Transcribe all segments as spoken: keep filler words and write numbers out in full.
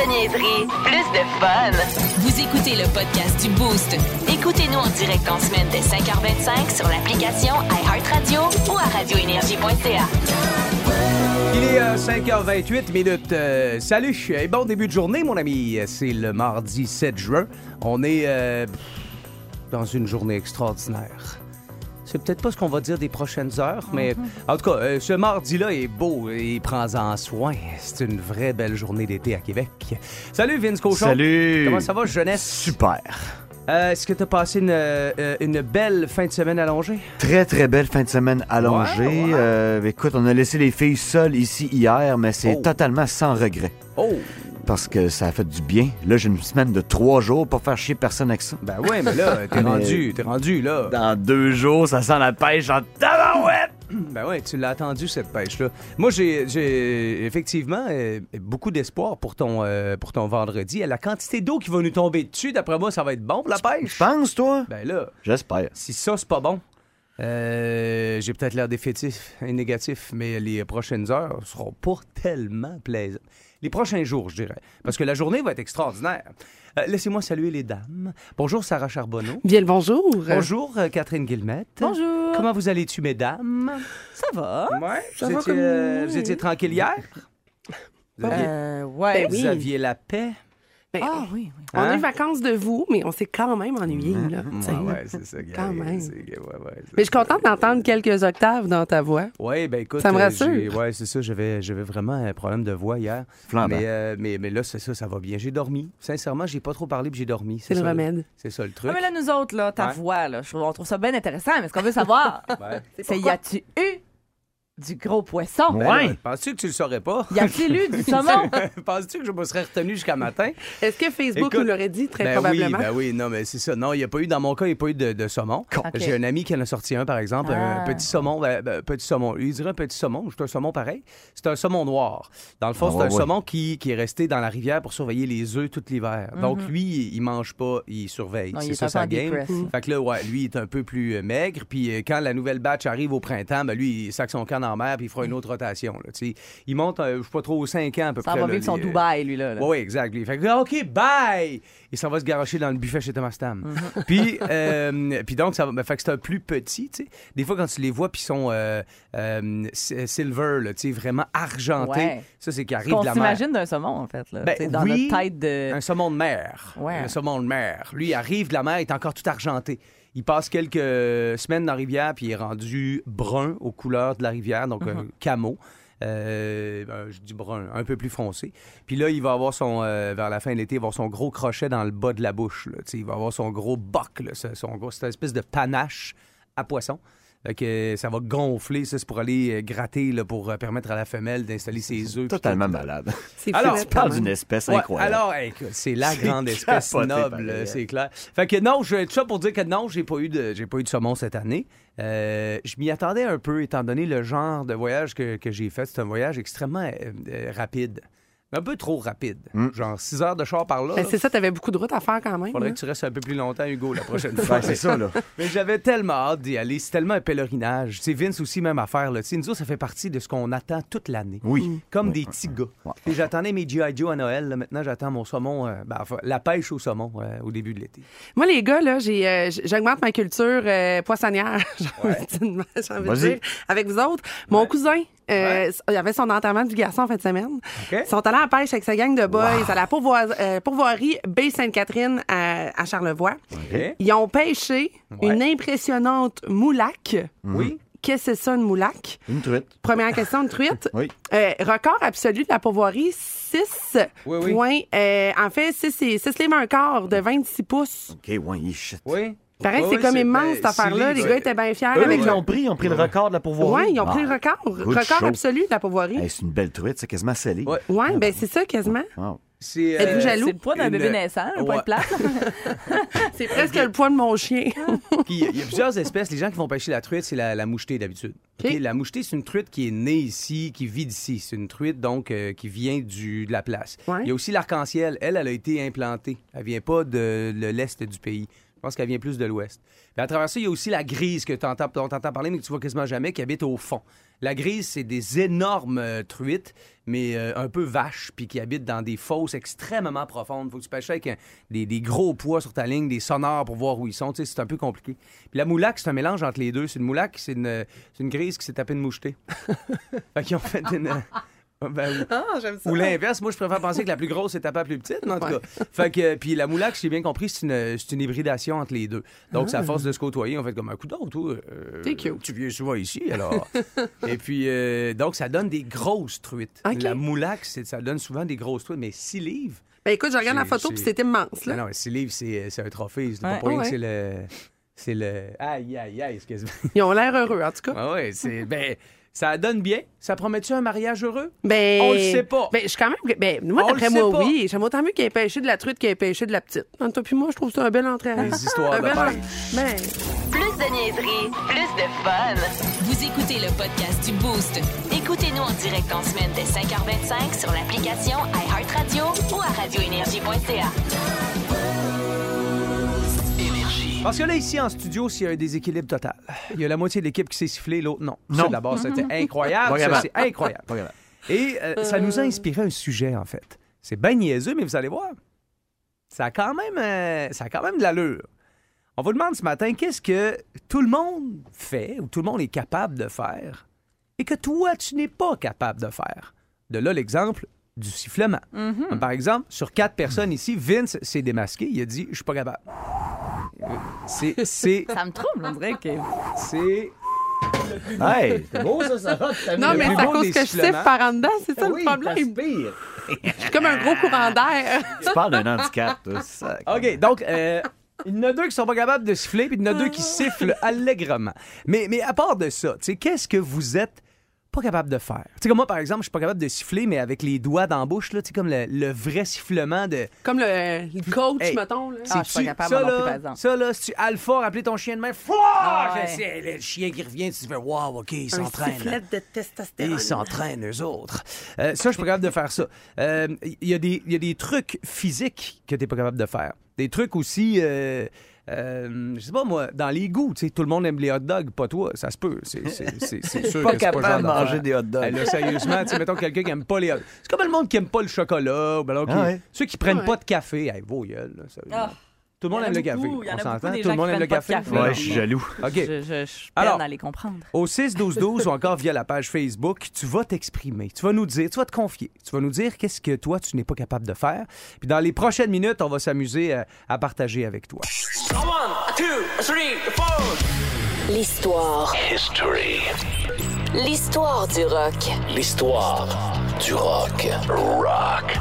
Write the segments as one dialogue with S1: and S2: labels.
S1: de niaiserie, plus de fun.
S2: Vous écoutez le podcast du Boost.
S1: Écoutez-nous en direct en semaine dès cinq heures vingt-cinq sur l'application iHeartRadio ou à radio énergie point c a.
S3: Il est euh, cinq heures vingt-huit minutes. Euh, salut et bon début de journée, mon ami. C'est le mardi sept juin. On est euh, dans une journée extraordinaire. C'est peut-être pas ce qu'on va dire des prochaines heures, mais mm-hmm. en tout cas, euh, ce mardi-là est beau et prends-en soin. C'est une vraie belle journée d'été à Québec. Salut Vince Cochon.
S4: Salut.
S3: Comment ça va, jeunesse?
S4: Super.
S3: Euh, est-ce que tu as passé une, euh, une belle fin de semaine allongée?
S4: Très, très belle fin de semaine allongée.
S3: Ouais, ouais.
S4: Euh, écoute, on a laissé les filles seules ici hier, mais c'est
S3: oh.
S4: totalement sans regret.
S3: Oh!
S4: Parce que ça a fait du bien. Là, j'ai une semaine de trois jours pour faire chier personne avec ça.
S3: Ben ouais, mais là, t'es
S4: Mais
S3: rendu, t'es rendu, là.
S4: Dans deux jours, ça sent la pêche en tabarouette!
S3: Ben ouais, tu l'as attendu, cette pêche-là. Moi, j'ai, j'ai effectivement euh, beaucoup d'espoir pour ton, euh, pour ton vendredi. La quantité d'eau qui va nous tomber dessus, d'après moi, ça va être bon pour la pêche.
S4: Tu penses, toi?
S3: Ben là,
S4: J'espère.
S3: si ça, c'est pas bon, euh, j'ai peut-être l'air défaitif et négatif, mais les prochaines heures seront pas tellement plaisantes. Les prochains jours, je dirais. Parce que la journée va être extraordinaire. Euh, laissez-moi saluer les dames. Bonjour, Sarah Charbonneau.
S5: Bien le bonjour.
S3: Bonjour, euh, Catherine Guillemette.
S5: Bonjour.
S3: Comment vous allez-tu, mesdames?
S5: Ça va?
S3: Ouais,
S5: Ça
S3: vous,
S5: va
S3: étiez,
S5: comme-
S3: euh, vous étiez tranquille hier? Vous aviez,
S5: Euh, ouais.
S3: vous
S5: oui.
S3: aviez la paix?
S5: Ben,
S2: Ah oui, oui.
S5: on a
S3: Hein?
S5: eu vacances de vous, mais on s'est quand même ennuyés. Là, t'sais.
S3: Ouais, ouais, c'est ça.
S5: Quand
S3: Gary,
S5: même.
S3: c'est- ouais, ouais, c'est-
S5: Mais je suis contente d'entendre quelques octaves dans ta voix.
S3: Oui, ben écoute.
S5: Ça me
S3: euh,
S5: rassure.
S3: j'ai- ouais, c'est ça. J'avais, j'avais vraiment un problème de voix hier.
S4: Flambant.
S3: Mais, euh, mais, mais là, c'est ça, ça va bien. J'ai dormi. Sincèrement, j'ai pas trop parlé puis j'ai dormi.
S5: C'est le
S3: ça,
S5: remède.
S3: C'est ça le truc.
S6: Ah, mais là, nous autres, là, ta
S3: Ouais.
S6: voix, là, je trouve- on trouve ça bien intéressant, mais ce qu'on veut savoir,
S3: Ouais.
S6: c'est y a-tu eu du gros poisson?
S3: Ben
S4: Ouais.
S3: là, penses-tu que tu le saurais pas?
S6: Y a-t-il eu du saumon?
S3: Penses-tu que je me serais retenu jusqu'à matin?
S5: Est-ce que Facebook
S3: Écoute,
S5: nous l'aurait dit très
S3: ben
S5: probablement?
S3: Oui, ben oui, non, mais c'est ça. Non, il n'y a pas eu, dans mon cas, il n'y a pas eu de, de saumon.
S6: Ok.
S3: J'ai un ami qui en a sorti un, par exemple,
S6: Ah.
S3: un petit saumon. Ben, ben, petit saumon. Il dirait un petit saumon. C'est un saumon pareil. C'est un saumon noir. Dans le fond,
S4: Ah,
S3: c'est
S4: ouais,
S3: un
S4: ouais.
S3: saumon qui, qui est resté dans la rivière pour surveiller les œufs tout l'hiver. Donc,
S6: Mhm.
S3: lui, il mange pas, il surveille.
S6: Non, il
S3: c'est
S6: est
S3: ça
S6: un peu
S3: sa
S6: en
S3: game.
S6: dépress.
S5: Mhm.
S3: Fait que là, ouais, lui, il est un peu plus euh, maigre. Puis euh, quand la nouvelle batch arrive au printemps, ben lui, il sac son camp en mer puis il fera une autre rotation. Là, tu sais. Il monte, euh, je sais pas trop, cinq ans à peu
S6: Ça
S3: près.
S6: va
S3: là,
S6: vivre son
S3: lui, euh,
S6: Dubaï, lui, là. là.
S3: oui, exact. Lui, il fait que, OK, bye! Il s'en va se garocher dans le buffet chez Thomas Tam.
S6: Mm-hmm.
S3: Puis, euh, puis donc, ça va, ben, fait que c'est un plus petit, tu sais. Des fois, quand tu les vois, puis ils sont euh, euh, s- silver, là, tu sais, vraiment argentés.
S6: Ouais.
S3: Ça, c'est qu'ils
S6: Ce
S3: arrivent
S6: qu'on
S3: de la mer.
S6: s'imagine d'un saumon, en fait, là.
S3: Ben,
S6: Tu sais, dans
S3: oui,
S6: notre tête de...
S3: Un saumon de mer.
S6: Ouais.
S3: Un saumon de mer. Lui, il arrive de la mer, il est encore tout argenté. Il passe quelques semaines dans la rivière, puis il est rendu brun aux couleurs de la rivière, donc un camo. Euh, ben, je dis brun, un peu plus foncé. Puis là, il va avoir son, euh, vers la fin de l'été, il va avoir son gros crochet dans le bas de la bouche. Là. Tu sais, il va avoir son gros boc, là, ce- son gros, c'est une espèce de panache à poisson. Fait que ça va gonfler, ça, c'est pour aller euh, gratter, là, pour euh, permettre à la femelle d'installer ses œufs.
S4: Totalement
S3: puis tout.
S4: malade.
S5: C'est
S3: Alors,
S5: fou,
S4: Tu parles
S5: quand
S4: d'une
S5: même.
S4: espèce
S3: Ouais,
S4: incroyable.
S3: alors, hey, écoute, c'est la
S4: C'est
S3: grande espèce
S4: capoté,
S3: noble,
S4: pareil.
S3: euh, c'est clair. Fait que non, je, tout ça pour dire que non, j'ai pas eu de, j'ai pas eu de saumon cette année. Euh, je m'y attendais un peu, étant donné le genre de voyage que, que j'ai fait. C'est un voyage extrêmement euh, euh, rapide. Un peu trop rapide.
S4: Mm.
S3: Genre six heures de char par là.
S5: Ben,
S3: là.
S5: c'est ça, t'avais beaucoup de route à faire quand même.
S3: Faudrait
S5: hein?
S3: que tu restes un peu plus longtemps, Hugo, la prochaine fois.
S4: Ben, c'est ça, là.
S3: Mais j'avais tellement hâte d'y aller. C'est tellement un pèlerinage. Tu sais, Vince aussi, même affaire. Là. Tu sais, nous autres, ça fait partie de ce qu'on attend toute l'année.
S4: Oui.
S3: Comme
S4: Oui,
S3: des
S4: oui,
S3: petits
S4: oui.
S3: gars.
S4: Ouais.
S3: Et j'attendais mes G I. Joe à Noël. Là. Maintenant, j'attends mon saumon, euh, ben, enfin, la pêche au saumon euh, au début de l'été.
S5: Moi, les gars, là, j'ai, euh, j- j'augmente ma culture euh, poissonnière, j'ai envie de- j'ai envie de
S4: Vas-y.
S5: dire, avec vous autres. Mon
S3: Ouais.
S5: cousin, euh,
S3: Ouais.
S5: il avait son enterrement du garçon en fin de semaine.
S3: OK?
S5: Ils sont allés à la pêche avec sa gang de boys à la pourvoi- euh, pourvoirie Baie-Sainte-Catherine à, à Charlevoix.
S3: OK.
S5: Ils ont pêché
S3: Ouais.
S5: une impressionnante moulaque.
S3: Oui.
S5: Qu'est-ce que c'est ça, une moulaque?
S4: Une truite.
S5: Première question, une truite.
S4: Oui.
S5: Euh, record absolu de la pourvoirie, six
S3: Oui, oui.
S5: points. Euh, en fait, six livres un quart de vingt-six pouces.
S4: OK, ouais, il shit.
S3: Oui.
S5: Pareil,
S3: Oui,
S5: c'est
S3: oui,
S5: comme
S3: c'est-
S5: immense,
S3: ben,
S5: cette affaire-là.
S3: six
S5: Les
S3: livres,
S5: gars étaient bien fiers.
S4: Eux,
S5: avec
S4: ils
S5: le-
S4: l'ont pris, ils ont pris le record de la pourvoirie.
S5: Ouais, ils ont pris
S4: Ah.
S5: le record.
S4: Good
S5: Record
S4: show.
S5: absolu de la pourvoirie.
S4: Hey, c'est une belle truite, c'est quasiment scellé.
S3: Ouais.
S5: Ouais, ben c'est ça quasiment.
S4: Wow.
S3: C'est,
S5: Êtes-vous jaloux?
S6: C'est le poids d'un
S3: une-
S6: bébé naissant, le poids
S3: Ouais.
S6: de plate.
S5: C'est presque le poids de mon chien.
S3: Puis il y a plusieurs espèces. Les gens qui vont pêcher la truite, c'est la, la mouchetée d'habitude.
S5: OK.
S3: OK? La mouchetée, c'est une truite qui est née ici, qui vit d'ici. C'est une truite, donc, euh, qui vient du, de la place.
S5: Ouais.
S3: Il y a aussi l'arc-en-ciel. Elle, elle a été implantée. Elle vient pas de, de l'est du pays. Je pense qu'elle vient plus de l'ouest. Puis à travers ça, il y a aussi la grise que tu entends, dont tu entends parler, mais que tu vois quasiment jamais, qui habite au fond. La grise, c'est des énormes euh, truites, mais euh, un peu vaches, puis qui habitent dans des fosses extrêmement profondes. Il faut que tu pêches avec un, des, des gros poids sur ta ligne, des sonars pour voir où ils sont. Tu sais, c'est un peu compliqué. Puis la moulaque, c'est un mélange entre les deux. C'est une moulaque, c'est une, c'est une grise qui s'est tapée une mouchetée. Fait qu'ils ont fait une... Ben, ou,
S5: Ah, j'aime ça.
S3: ou l'inverse, moi je préfère penser que la plus grosse est tapée à la plus petite, mais en tout
S5: Ouais.
S3: cas. Fait que, puis la moulaque, si j'ai bien compris, c'est une, c'est une hybridation entre les deux. Donc, c'est à force de se côtoyer, on fait comme un coup d'autre. Toi, euh,
S5: T'es cute.
S3: tu viens souvent ici, alors. Et puis, euh, donc, ça donne des grosses truites.
S5: OK.
S3: La moulaque, c'est, ça donne souvent des grosses truites, mais six livres.
S5: Ben écoute, je regarde la
S3: C'est-
S5: photo,
S3: c'est-
S5: puis c'est immense, là.
S3: Non, non, six livres, c'est, c'est un trophée. C'est
S6: Ouais.
S3: pas pour rien
S5: Ouais.
S3: que c'est le. C'est le. Aïe, aïe, aïe, excuse-moi.
S5: Ils ont l'air heureux, en tout cas.
S3: Ah ouais, c'est. Ben, ça donne bien. Ça promet-tu un mariage heureux?
S5: Ben,
S3: On le sait pas.
S5: Ben, je suis quand même. Ben, moi,
S3: On
S5: d'après
S3: le sait
S5: moi,
S3: pas.
S5: oui. J'aime autant mieux qu'il ait pêché de la truite qu'il ait pêché de la petite. Entre toi puis moi, je trouve que c'est un bel entrée.
S3: Les histoires
S5: un
S3: de
S5: bel
S3: pêche.
S5: en- Ben,
S1: Plus de niaiserie, plus de fun.
S2: Vous écoutez le podcast du Boost.
S1: Écoutez-nous en direct en semaine dès cinq heures vingt-cinq sur l'application iHeartRadio ou à radio énergie point c a.
S3: Parce que là, ici, en studio, s'il y a un déséquilibre total. Il y a la moitié de l'équipe qui s'est sifflée, l'autre non.
S4: Non.
S3: Ça, d'abord, c'était incroyable.
S4: Pas
S3: Ça,
S4: capable.
S3: c'est incroyable.
S4: Pas grave.
S3: Et euh, ça nous a inspiré un sujet, en fait. C'est bien niaiseux, mais vous allez voir. Ça a quand même, euh, ça a quand même de l'allure. On vous demande ce matin, qu'est-ce que tout le monde fait ou tout le monde est capable de faire et que toi, tu n'es pas capable de faire? De là, l'exemple du sifflement. Par exemple, sur quatre personnes ici, Vince s'est démasqué. Il a dit « Je suis pas capable ». C'est... c'est,
S6: Ça me trouble, on dirait que.
S3: c'est...
S4: Hey!
S3: C'est beau, ça, ça va.
S5: non,
S3: Le
S5: mais
S3: plus
S5: c'est à
S3: beau
S5: cause
S3: des
S5: que je
S3: sifflements.
S5: siffle par en dedans, c'est ça
S3: Oui,
S5: le problème.
S3: t'aspires.
S5: Je suis comme un gros courant d'air.
S4: Tu parles d'un handicap, toi. Ça,
S3: OK, donc, euh, il y en a deux qui sont pas capables de siffler, puis il y en a deux qui sifflent allègrement. Mais, mais à part de ça, tu sais, qu'est-ce que vous êtes pas capable de faire? Tu sais, comme moi, par exemple, je suis pas capable de siffler, mais avec les doigts dans la bouche, là, tu sais, comme le, le vrai sifflement de...
S5: Comme le, le coach,
S3: Hey.
S5: mettons. Là.
S6: Ah, je suis pas capable,
S3: ça,
S6: moi non plus,
S3: là,
S6: par exemple.
S3: ça, là, si tu alpha, rappeler ton chien de main, fouah!
S6: Ah, ouais.
S3: C'est le chien qui revient, tu te fais, wow, OK, ils
S5: un
S3: s'entraînent.
S5: sifflet de testostérone.
S3: Ils s'entraînent, eux autres. Euh, ça, je suis pas capable de faire ça. Euh, Il y, a des- il y a des trucs physiques que t'es pas capable de faire. Des trucs aussi... Euh, euh, je sais pas, moi, dans les goûts, tu sais, tout le monde aime les hot dogs, pas toi, ça se peut. C'est, c'est, c'est, c'est sûr
S4: pas
S3: que c'est
S4: capable
S3: le genre
S4: de manger
S3: d'affaire.
S4: des hot dogs.
S3: Hey, là, sérieusement, tu sais, mettons quelqu'un qui aime pas les hot dogs. C'est comme le monde qui aime pas le chocolat, ou ben alors qui-
S4: Ah ouais.
S3: ceux qui prennent
S5: Ouais.
S3: pas de café. Hey, vos gueules, là, sérieusement.
S6: Ah.
S3: Tout le monde
S6: Il y en
S3: aime
S6: a
S3: le café.
S6: beaucoup, il y en
S3: On
S6: a
S3: s'entend?
S6: beaucoup des
S3: Tout le
S6: gens
S3: monde
S6: qui
S3: aime le
S6: prennent pas de
S3: café.
S6: café.
S4: Ouais, je suis jaloux.
S3: OK.
S6: Je, je, je peine
S3: Alors-
S6: à les comprendre.
S3: Au six douze douze ou encore via la page Facebook, tu vas t'exprimer. Tu vas nous dire, tu vas te confier. Tu vas nous dire qu'est-ce que toi, tu n'es pas capable de faire. Puis dans les prochaines minutes, on va s'amuser à, à partager avec toi.
S1: L'histoire.
S7: History.
S1: L'histoire du rock.
S7: L'histoire du rock. Rock.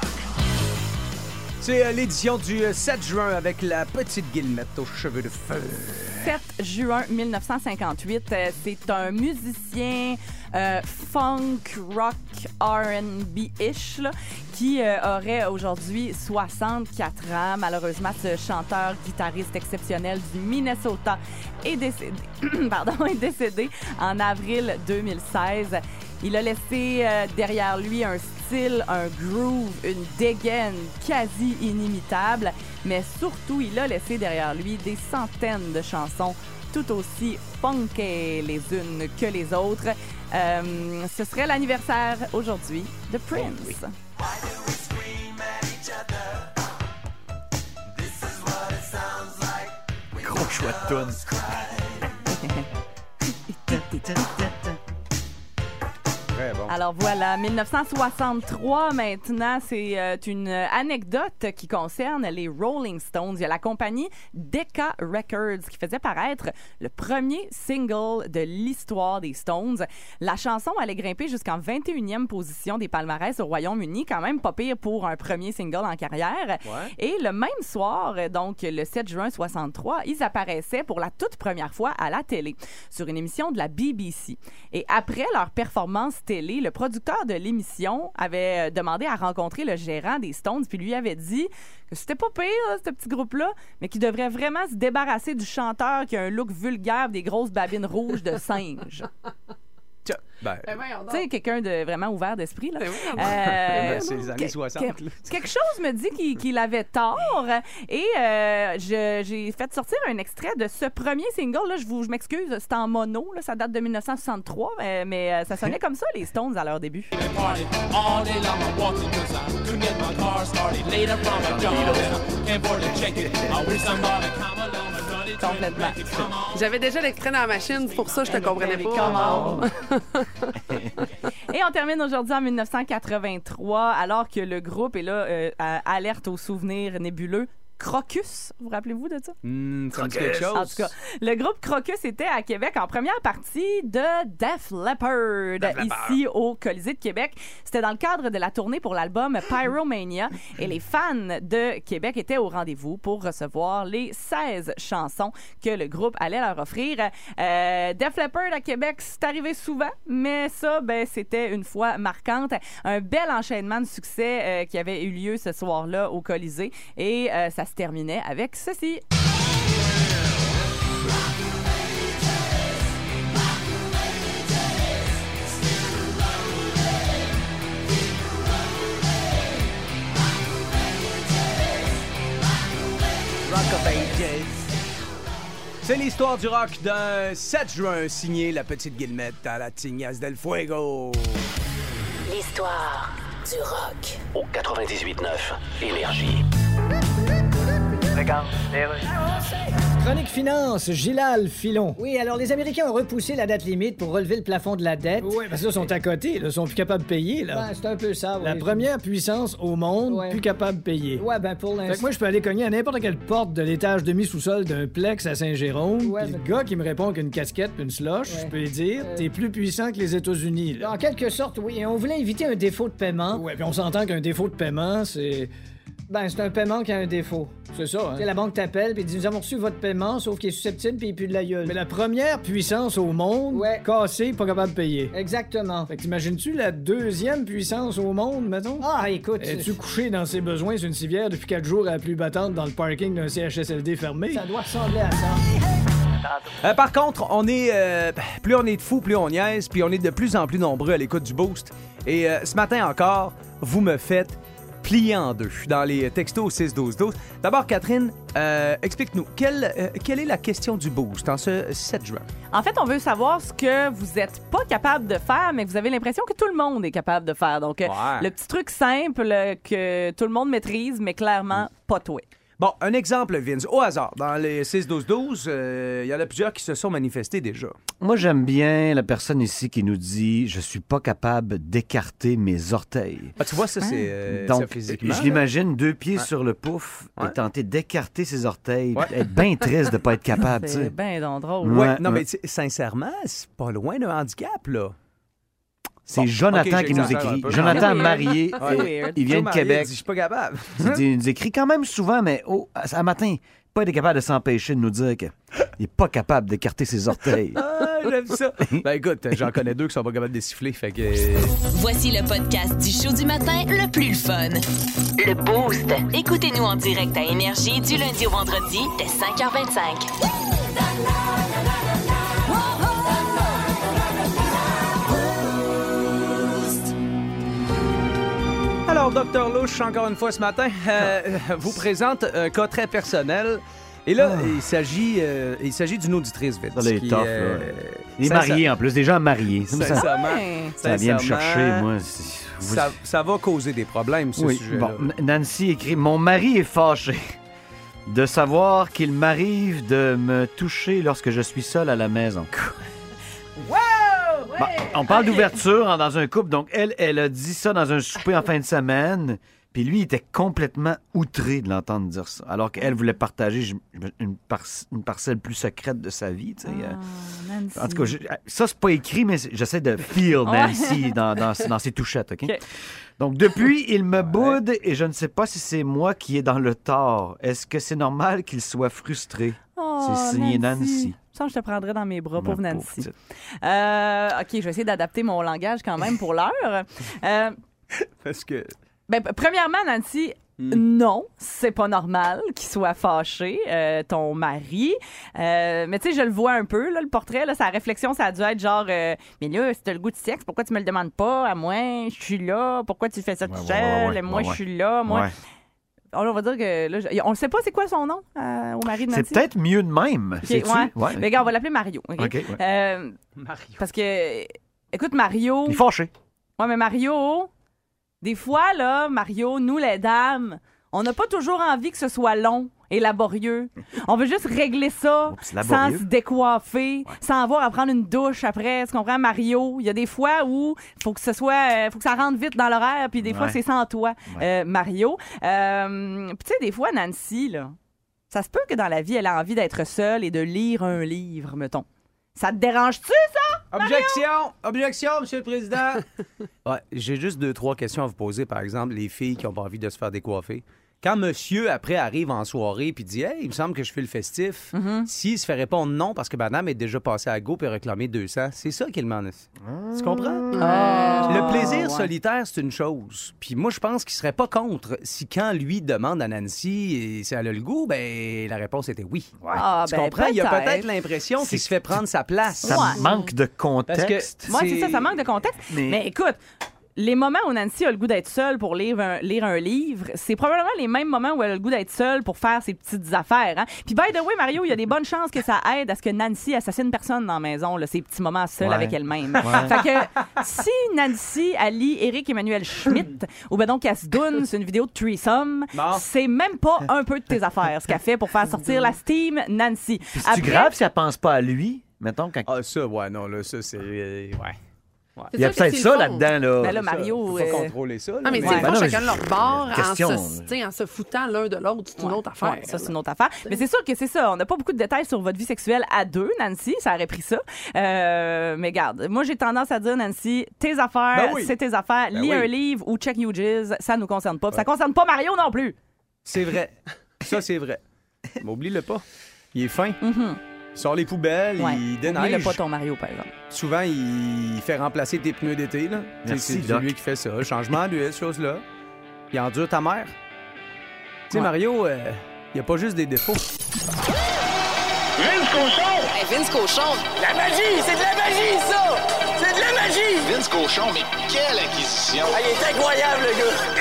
S3: C'est euh, l'édition du euh, sept juin avec la petite Guillemette aux cheveux de feu.
S6: sept juin mille neuf cent cinquante-huit, euh, c'est un musicien euh, funk, rock, R and B-ish là, qui euh, aurait aujourd'hui soixante-quatre ans. Malheureusement, ce chanteur, guitariste exceptionnel du Minnesota est décédé, pardon, est décédé en avril deux mille seize. Il a laissé euh, derrière lui un style, un groove, une dégaine quasi inimitable, mais surtout, il a laissé derrière lui des centaines de chansons tout aussi funkées les unes que les autres. Euh, ce serait l'anniversaire aujourd'hui de Prince.
S4: Gros choix de toune.
S3: Très bon.
S6: Alors voilà, mille neuf cent soixante-trois maintenant, c'est euh, une anecdote qui concerne les Rolling Stones. Il y a la compagnie Decca Records qui faisait paraître le premier single de l'histoire des Stones. La chanson allait grimper jusqu'en vingt et unième position des palmarès au Royaume-Uni, quand même pas pire pour un premier single en carrière.
S3: Ouais.
S6: Et le même soir, donc le sept juin soixante-trois, ils apparaissaient pour la toute première fois à la télé sur une émission de la B B C. Et après leur performance télé, le producteur de l'émission avait demandé à rencontrer le gérant des Stones puis lui avait dit que c'était pas pire, là, ce petit groupe-là, mais qu'il devrait vraiment se débarrasser du chanteur qui a un look vulgaire, des grosses babines rouges de singe.
S3: Ben,
S6: Tu sais, quelqu'un de vraiment ouvert d'esprit. Là.
S5: Ben oui,
S6: Euh,
S3: c'est les années
S6: que-
S3: soixante.
S6: que-
S3: là.
S6: quelque chose me dit qu'il qu'il avait tort et euh, je- j'ai fait sortir un extrait de ce premier single. Là, je, vous, je m'excuse, c'est en mono. Là, ça date de dix-neuf cent soixante-trois, mais, mais euh, ça sonnait comme ça, les Stones, à leur début. Complètement.
S5: J'avais déjà l'extrait dans la machine, c'est pour ça que je te comprenais pas.
S6: Comment? Et on termine aujourd'hui en dix-neuf cent quatre-vingt-trois, alors que le groupe est là, euh, à- alerte aux souvenirs nébuleux. Crocus, vous rappelez-vous de ça?
S3: Hmm, ça me dit quelque chose.
S6: En tout cas, le groupe Crocus était à Québec en première partie de Def Leppard, ici au Colisée de Québec. C'était dans le cadre de la tournée pour l'album Pyromania et les fans de Québec étaient au rendez-vous pour recevoir les seize chansons que le groupe allait leur offrir. Euh, Def Leppard à Québec, c'est arrivé souvent, mais ça, ben, c'était une fois marquante. Un bel enchaînement de succès euh, qui avait eu lieu ce soir-là au Colisée et euh, ça se terminait avec ceci.
S3: Rock of Ages. C'est l'histoire du rock d'un sept juin signé La Petite Guillemette à la Tignasse del Fuego.
S1: L'histoire du rock.
S7: Au quatre-vingt-dix-huit neuf Énergie.
S8: Chronique Finance, Gilal Filon. Oui, alors les Américains ont repoussé la date limite pour relever le plafond de la dette. Oui, parce que là, sont à côté, là, sont plus capables de payer, là. Ben, c'est un peu ça, oui. La première puissance au monde, ouais. plus capable de payer. Ouais, ben pour l'instant. Fait que moi, je peux aller cogner à n'importe quelle porte de l'étage demi-sous-sol d'un plex à Saint-Jérôme. Ouais, mais... le gars qui me répond qu'une casquette puis une slush, ouais. je peux lui dire, euh... t'es plus puissant que les États-Unis, là. En quelque sorte, oui. Et on voulait éviter un défaut de paiement. Ouais, puis on s'entend qu'un défaut de paiement, c'est... Ben, c'est un paiement qui a un défaut. C'est ça, hein? T'sais, la banque t'appelle puis dit nous avons reçu votre paiement, sauf qu'il est susceptible puis il pue de la gueule. Mais la première puissance au monde, ouais. cassée, pas capable de payer. Exactement. Fait que t'imagines-tu la deuxième puissance au monde, mettons? Ah, écoute. Es-tu couché dans ses besoins sur une civière depuis quatre jours à la pluie battante dans le parking d'un C H S L D fermé? Ça doit ressembler à ça.
S3: Euh, par contre, on est euh, plus on est de fous, plus on niaise, puis on est de plus en plus nombreux à l'écoute du Boost. Et euh, ce matin encore, vous me faites plié en deux dans les textos six douze douze. D'abord, Catherine, euh, explique-nous, quelle, euh, quelle est la question du Boost en ce sept juin?
S6: En fait, on veut savoir ce que vous n'êtes pas capable de faire, mais que vous avez l'impression que tout le monde est capable de faire. Donc, ouais. le petit truc simple que tout le monde maîtrise, mais clairement mm. pas toi.
S3: Bon, un exemple, Vince, au hasard. Dans les six douze douze, il euh, y en a plusieurs qui se sont manifestés déjà.
S4: Moi, j'aime bien la personne ici qui nous dit « Je suis pas capable d'écarter mes orteils.
S3: Ah, » Tu vois, ça, c'est euh,
S4: Donc,
S3: ça, physiquement.
S4: Je l'imagine, deux pieds
S3: ouais.
S4: sur le pouf
S3: ouais.
S4: et tenter d'écarter ses orteils.
S3: Ouais.
S4: Être bien triste de pas être capable, tu sais.
S6: C'est bien donc drôle.
S3: Ouais,
S4: ouais
S3: non,
S4: ouais.
S3: mais sincèrement, c'est pas loin d'un handicap, là.
S4: C'est bon, Jonathan okay, qui nous écrit. Jonathan marié,
S6: ouais.
S4: il vient de Québec.
S3: Je suis pas capable.
S4: Il nous écrit quand même souvent, mais oh, un matin, pas été capable de s'empêcher de nous dire qu'il n'est pas capable d'écarter ses orteils.
S3: Ah, j'aime ça. Ben écoute, j'en connais deux qui sont pas capables de siffler, fait que...
S2: Voici le podcast du show du matin le plus fun.
S1: Le Boost. Écoutez-nous en direct à Énergie du lundi au vendredi dès cinq heures vingt-cinq.
S3: Alors, Docteur Louche, encore une fois ce matin, euh, vous présente un cas très personnel. Et là, oh. il s'agit euh, il s'agit d'une auditrice, vite.
S4: Ça,
S3: qui,
S4: tough,
S3: euh,
S4: il est marié, ça, en plus, déjà marié.
S3: Sincèrement,
S4: ça vient me chercher, moi.
S3: Vous... Ça, ça va causer des problèmes, ce
S4: oui.
S3: sujet-là.
S4: Bon, Nancy écrit « Mon mari est fâché de savoir qu'il m'arrive de me toucher lorsque je suis seul à la maison. »
S6: Wow!
S4: Bon, on parle okay. d'ouverture hein, dans un couple. Donc, elle, elle a dit ça dans un souper en fin de semaine. Puis lui, il était complètement outré de l'entendre dire ça. Alors qu'elle voulait partager une, par- une parcelle plus secrète de sa vie. Tu sais.
S6: Oh, Nancy.
S4: En tout cas, je, ça, c'est pas écrit, mais j'essaie de feel Nancy ouais. dans, dans, dans ses touchettes. OK? okay. Donc, depuis, il me boude et je ne sais pas si c'est moi qui est dans le tort. Est-ce que c'est normal qu'il soit frustré?
S6: Oh,
S4: c'est signé Nancy. Nancy.
S6: Ça, je te prendrais dans mes bras, pauvre Nancy. Euh, OK, je vais essayer d'adapter mon langage quand même pour l'heure. Euh,
S3: Parce que...
S6: Ben, premièrement, Nancy, Mm. Non, c'est pas normal qu'il soit fâché, euh, ton mari. Euh, mais tu sais, je le vois un peu, là, le portrait, là, sa réflexion, ça a dû être genre euh, mais là, si t'as le goût de sexe, pourquoi tu me le demandes pas à moi? Je suis là. Pourquoi tu fais ça tout
S4: Ouais,
S6: seul?
S4: ouais, ouais, ouais,
S6: moi,
S4: ouais,
S6: je suis là. Moi.
S4: Ouais.
S6: Alors, on va dire que là, je- on ne sait pas c'est quoi son nom euh, au mari de Nancy.
S4: C'est peut-être mieux de même.
S6: Ok,
S4: sais-tu?
S6: ouais.
S4: Ouais.
S6: Mais gars, on va l'appeler Mario. OK?
S4: OK, ouais.
S6: Euh,
S3: Mario.
S6: parce que, écoute, Mario.
S4: Il est fâché.
S6: Ouais, mais Mario, des fois, là, Mario, nous, les dames, on n'a pas toujours envie que ce soit long et laborieux. On veut juste régler ça
S4: Oups,
S6: sans
S4: laborieux.
S6: se décoiffer, sans avoir à prendre une douche après. Tu comprends, Mario? Il y a des fois où il faut que ce soit, euh, faut que ça rentre vite dans l'horaire, puis des fois,
S4: Ouais.
S6: c'est sans toi,
S4: Ouais.
S6: euh, Mario. Euh, puis tu sais, des fois, Nancy, là, ça se peut que dans la vie, elle a envie d'être seule et de lire un livre, mettons. Ça te dérange-tu, ça?
S3: Objection! Objection, Monsieur le Président! Ouais, j'ai juste deux, trois questions à vous poser. Par exemple, les filles qui n'ont pas envie de se faire décoiffer. Quand monsieur, après, arrive en soirée puis dit « Hey, il me semble que je fais le festif
S6: Mm-hmm.
S3: s'il se fait répondre non parce que madame est déjà passée à go puis a réclamé deux cents, c'est ça qu'il demande. Tu comprends?
S6: Ah,
S3: Le plaisir
S6: ouais.
S3: solitaire, c'est une chose. Puis moi, je pense qu'il serait pas contre si quand lui demande à Nancy si elle a le goût, ben la réponse était oui.
S6: Ah,
S3: Tu
S6: ben,
S3: comprends? Il y a
S6: peut-être.
S3: peut-être l'impression qu'il
S4: C'est-
S3: se fait prendre sa place.
S4: Ça
S6: Ouais.
S4: manque de
S3: Parce
S4: contexte.
S3: que-
S6: Moi, c'est
S3: C'est-
S6: ça, ça manque de contexte.
S4: Mais-
S6: Mais, écoute, les moments où Nancy a le goût d'être seule pour lire un, lire un livre, c'est probablement les mêmes moments où elle a le goût d'être seule pour faire ses petites affaires. Hein? Puis, by the way, Mario, il y a des bonnes chances que ça aide à ce que Nancy assassine personne dans la maison, là, ces petits moments seuls
S4: Ouais.
S6: avec elle-même. Fait que si Nancy, elle lit Éric Emmanuel Schmitt ou ben donc elle se doune sur une vidéo de threesome,
S3: Bon.
S6: c'est même pas un peu de tes affaires ce qu'elle fait pour faire sortir la steam Nancy.
S4: Puis c'est-tu
S6: Après-
S4: grave si elle pense pas à lui? Mettons, quand...
S3: Ah, ça, ouais, non, là, ça, c'est. euh, ouais.
S4: Il y a
S5: sûr que
S4: peut-être
S5: c'est
S4: ça
S5: le fond.
S4: là-dedans, là.
S6: Ben là,
S3: Ça,
S6: Mario,
S3: faut
S6: euh,
S3: contrôler ça. là,
S5: Non, mais
S6: Ouais.
S5: c'est
S6: Ben
S5: pas
S4: non, mais
S5: chacun de
S4: je-
S5: leur bord en
S4: question,
S5: se, tu sais, en se foutant l'un de l'autre. C'est une
S6: Ouais.
S5: autre affaire.
S6: Ouais, ça, c'est une autre affaire. Mais c'est sûr que c'est ça. On n'a pas beaucoup de détails sur votre vie sexuelle à deux, Nancy. Ça aurait pris ça. Euh, mais garde, moi, j'ai tendance à dire, Nancy, tes affaires,
S3: Ben oui.
S6: c'est tes affaires.
S3: Ben
S6: Lis
S3: oui.
S6: un livre ou check you jizz, ça nous concerne pas. Puis ça concerne pas Mario non plus.
S3: C'est vrai. Ça, c'est vrai. Mais oublie-le pas. Il est fin.
S6: Mhm.
S3: Il sort les poubelles,
S6: Ouais.
S3: il
S6: Oublie-le
S3: déneige.
S6: pas ton Mario, par exemple.
S3: Souvent, il fait remplacer tes pneus d'été. Là. Tu sais,
S4: Merci,
S3: c'est
S4: Doc.
S3: lui qui fait ça. Changement d'huile, ces choses-là. Il endure ta mère. Tu sais,
S6: Ouais.
S3: Mario, euh, il n'y a pas juste des défauts.
S2: Hey, Vince Cochon!
S9: La magie! C'est de la magie, ça! C'est de la magie!
S7: Vince Cochon, mais quelle acquisition!
S9: Ah, il est incroyable, le gars!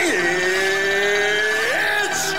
S9: It's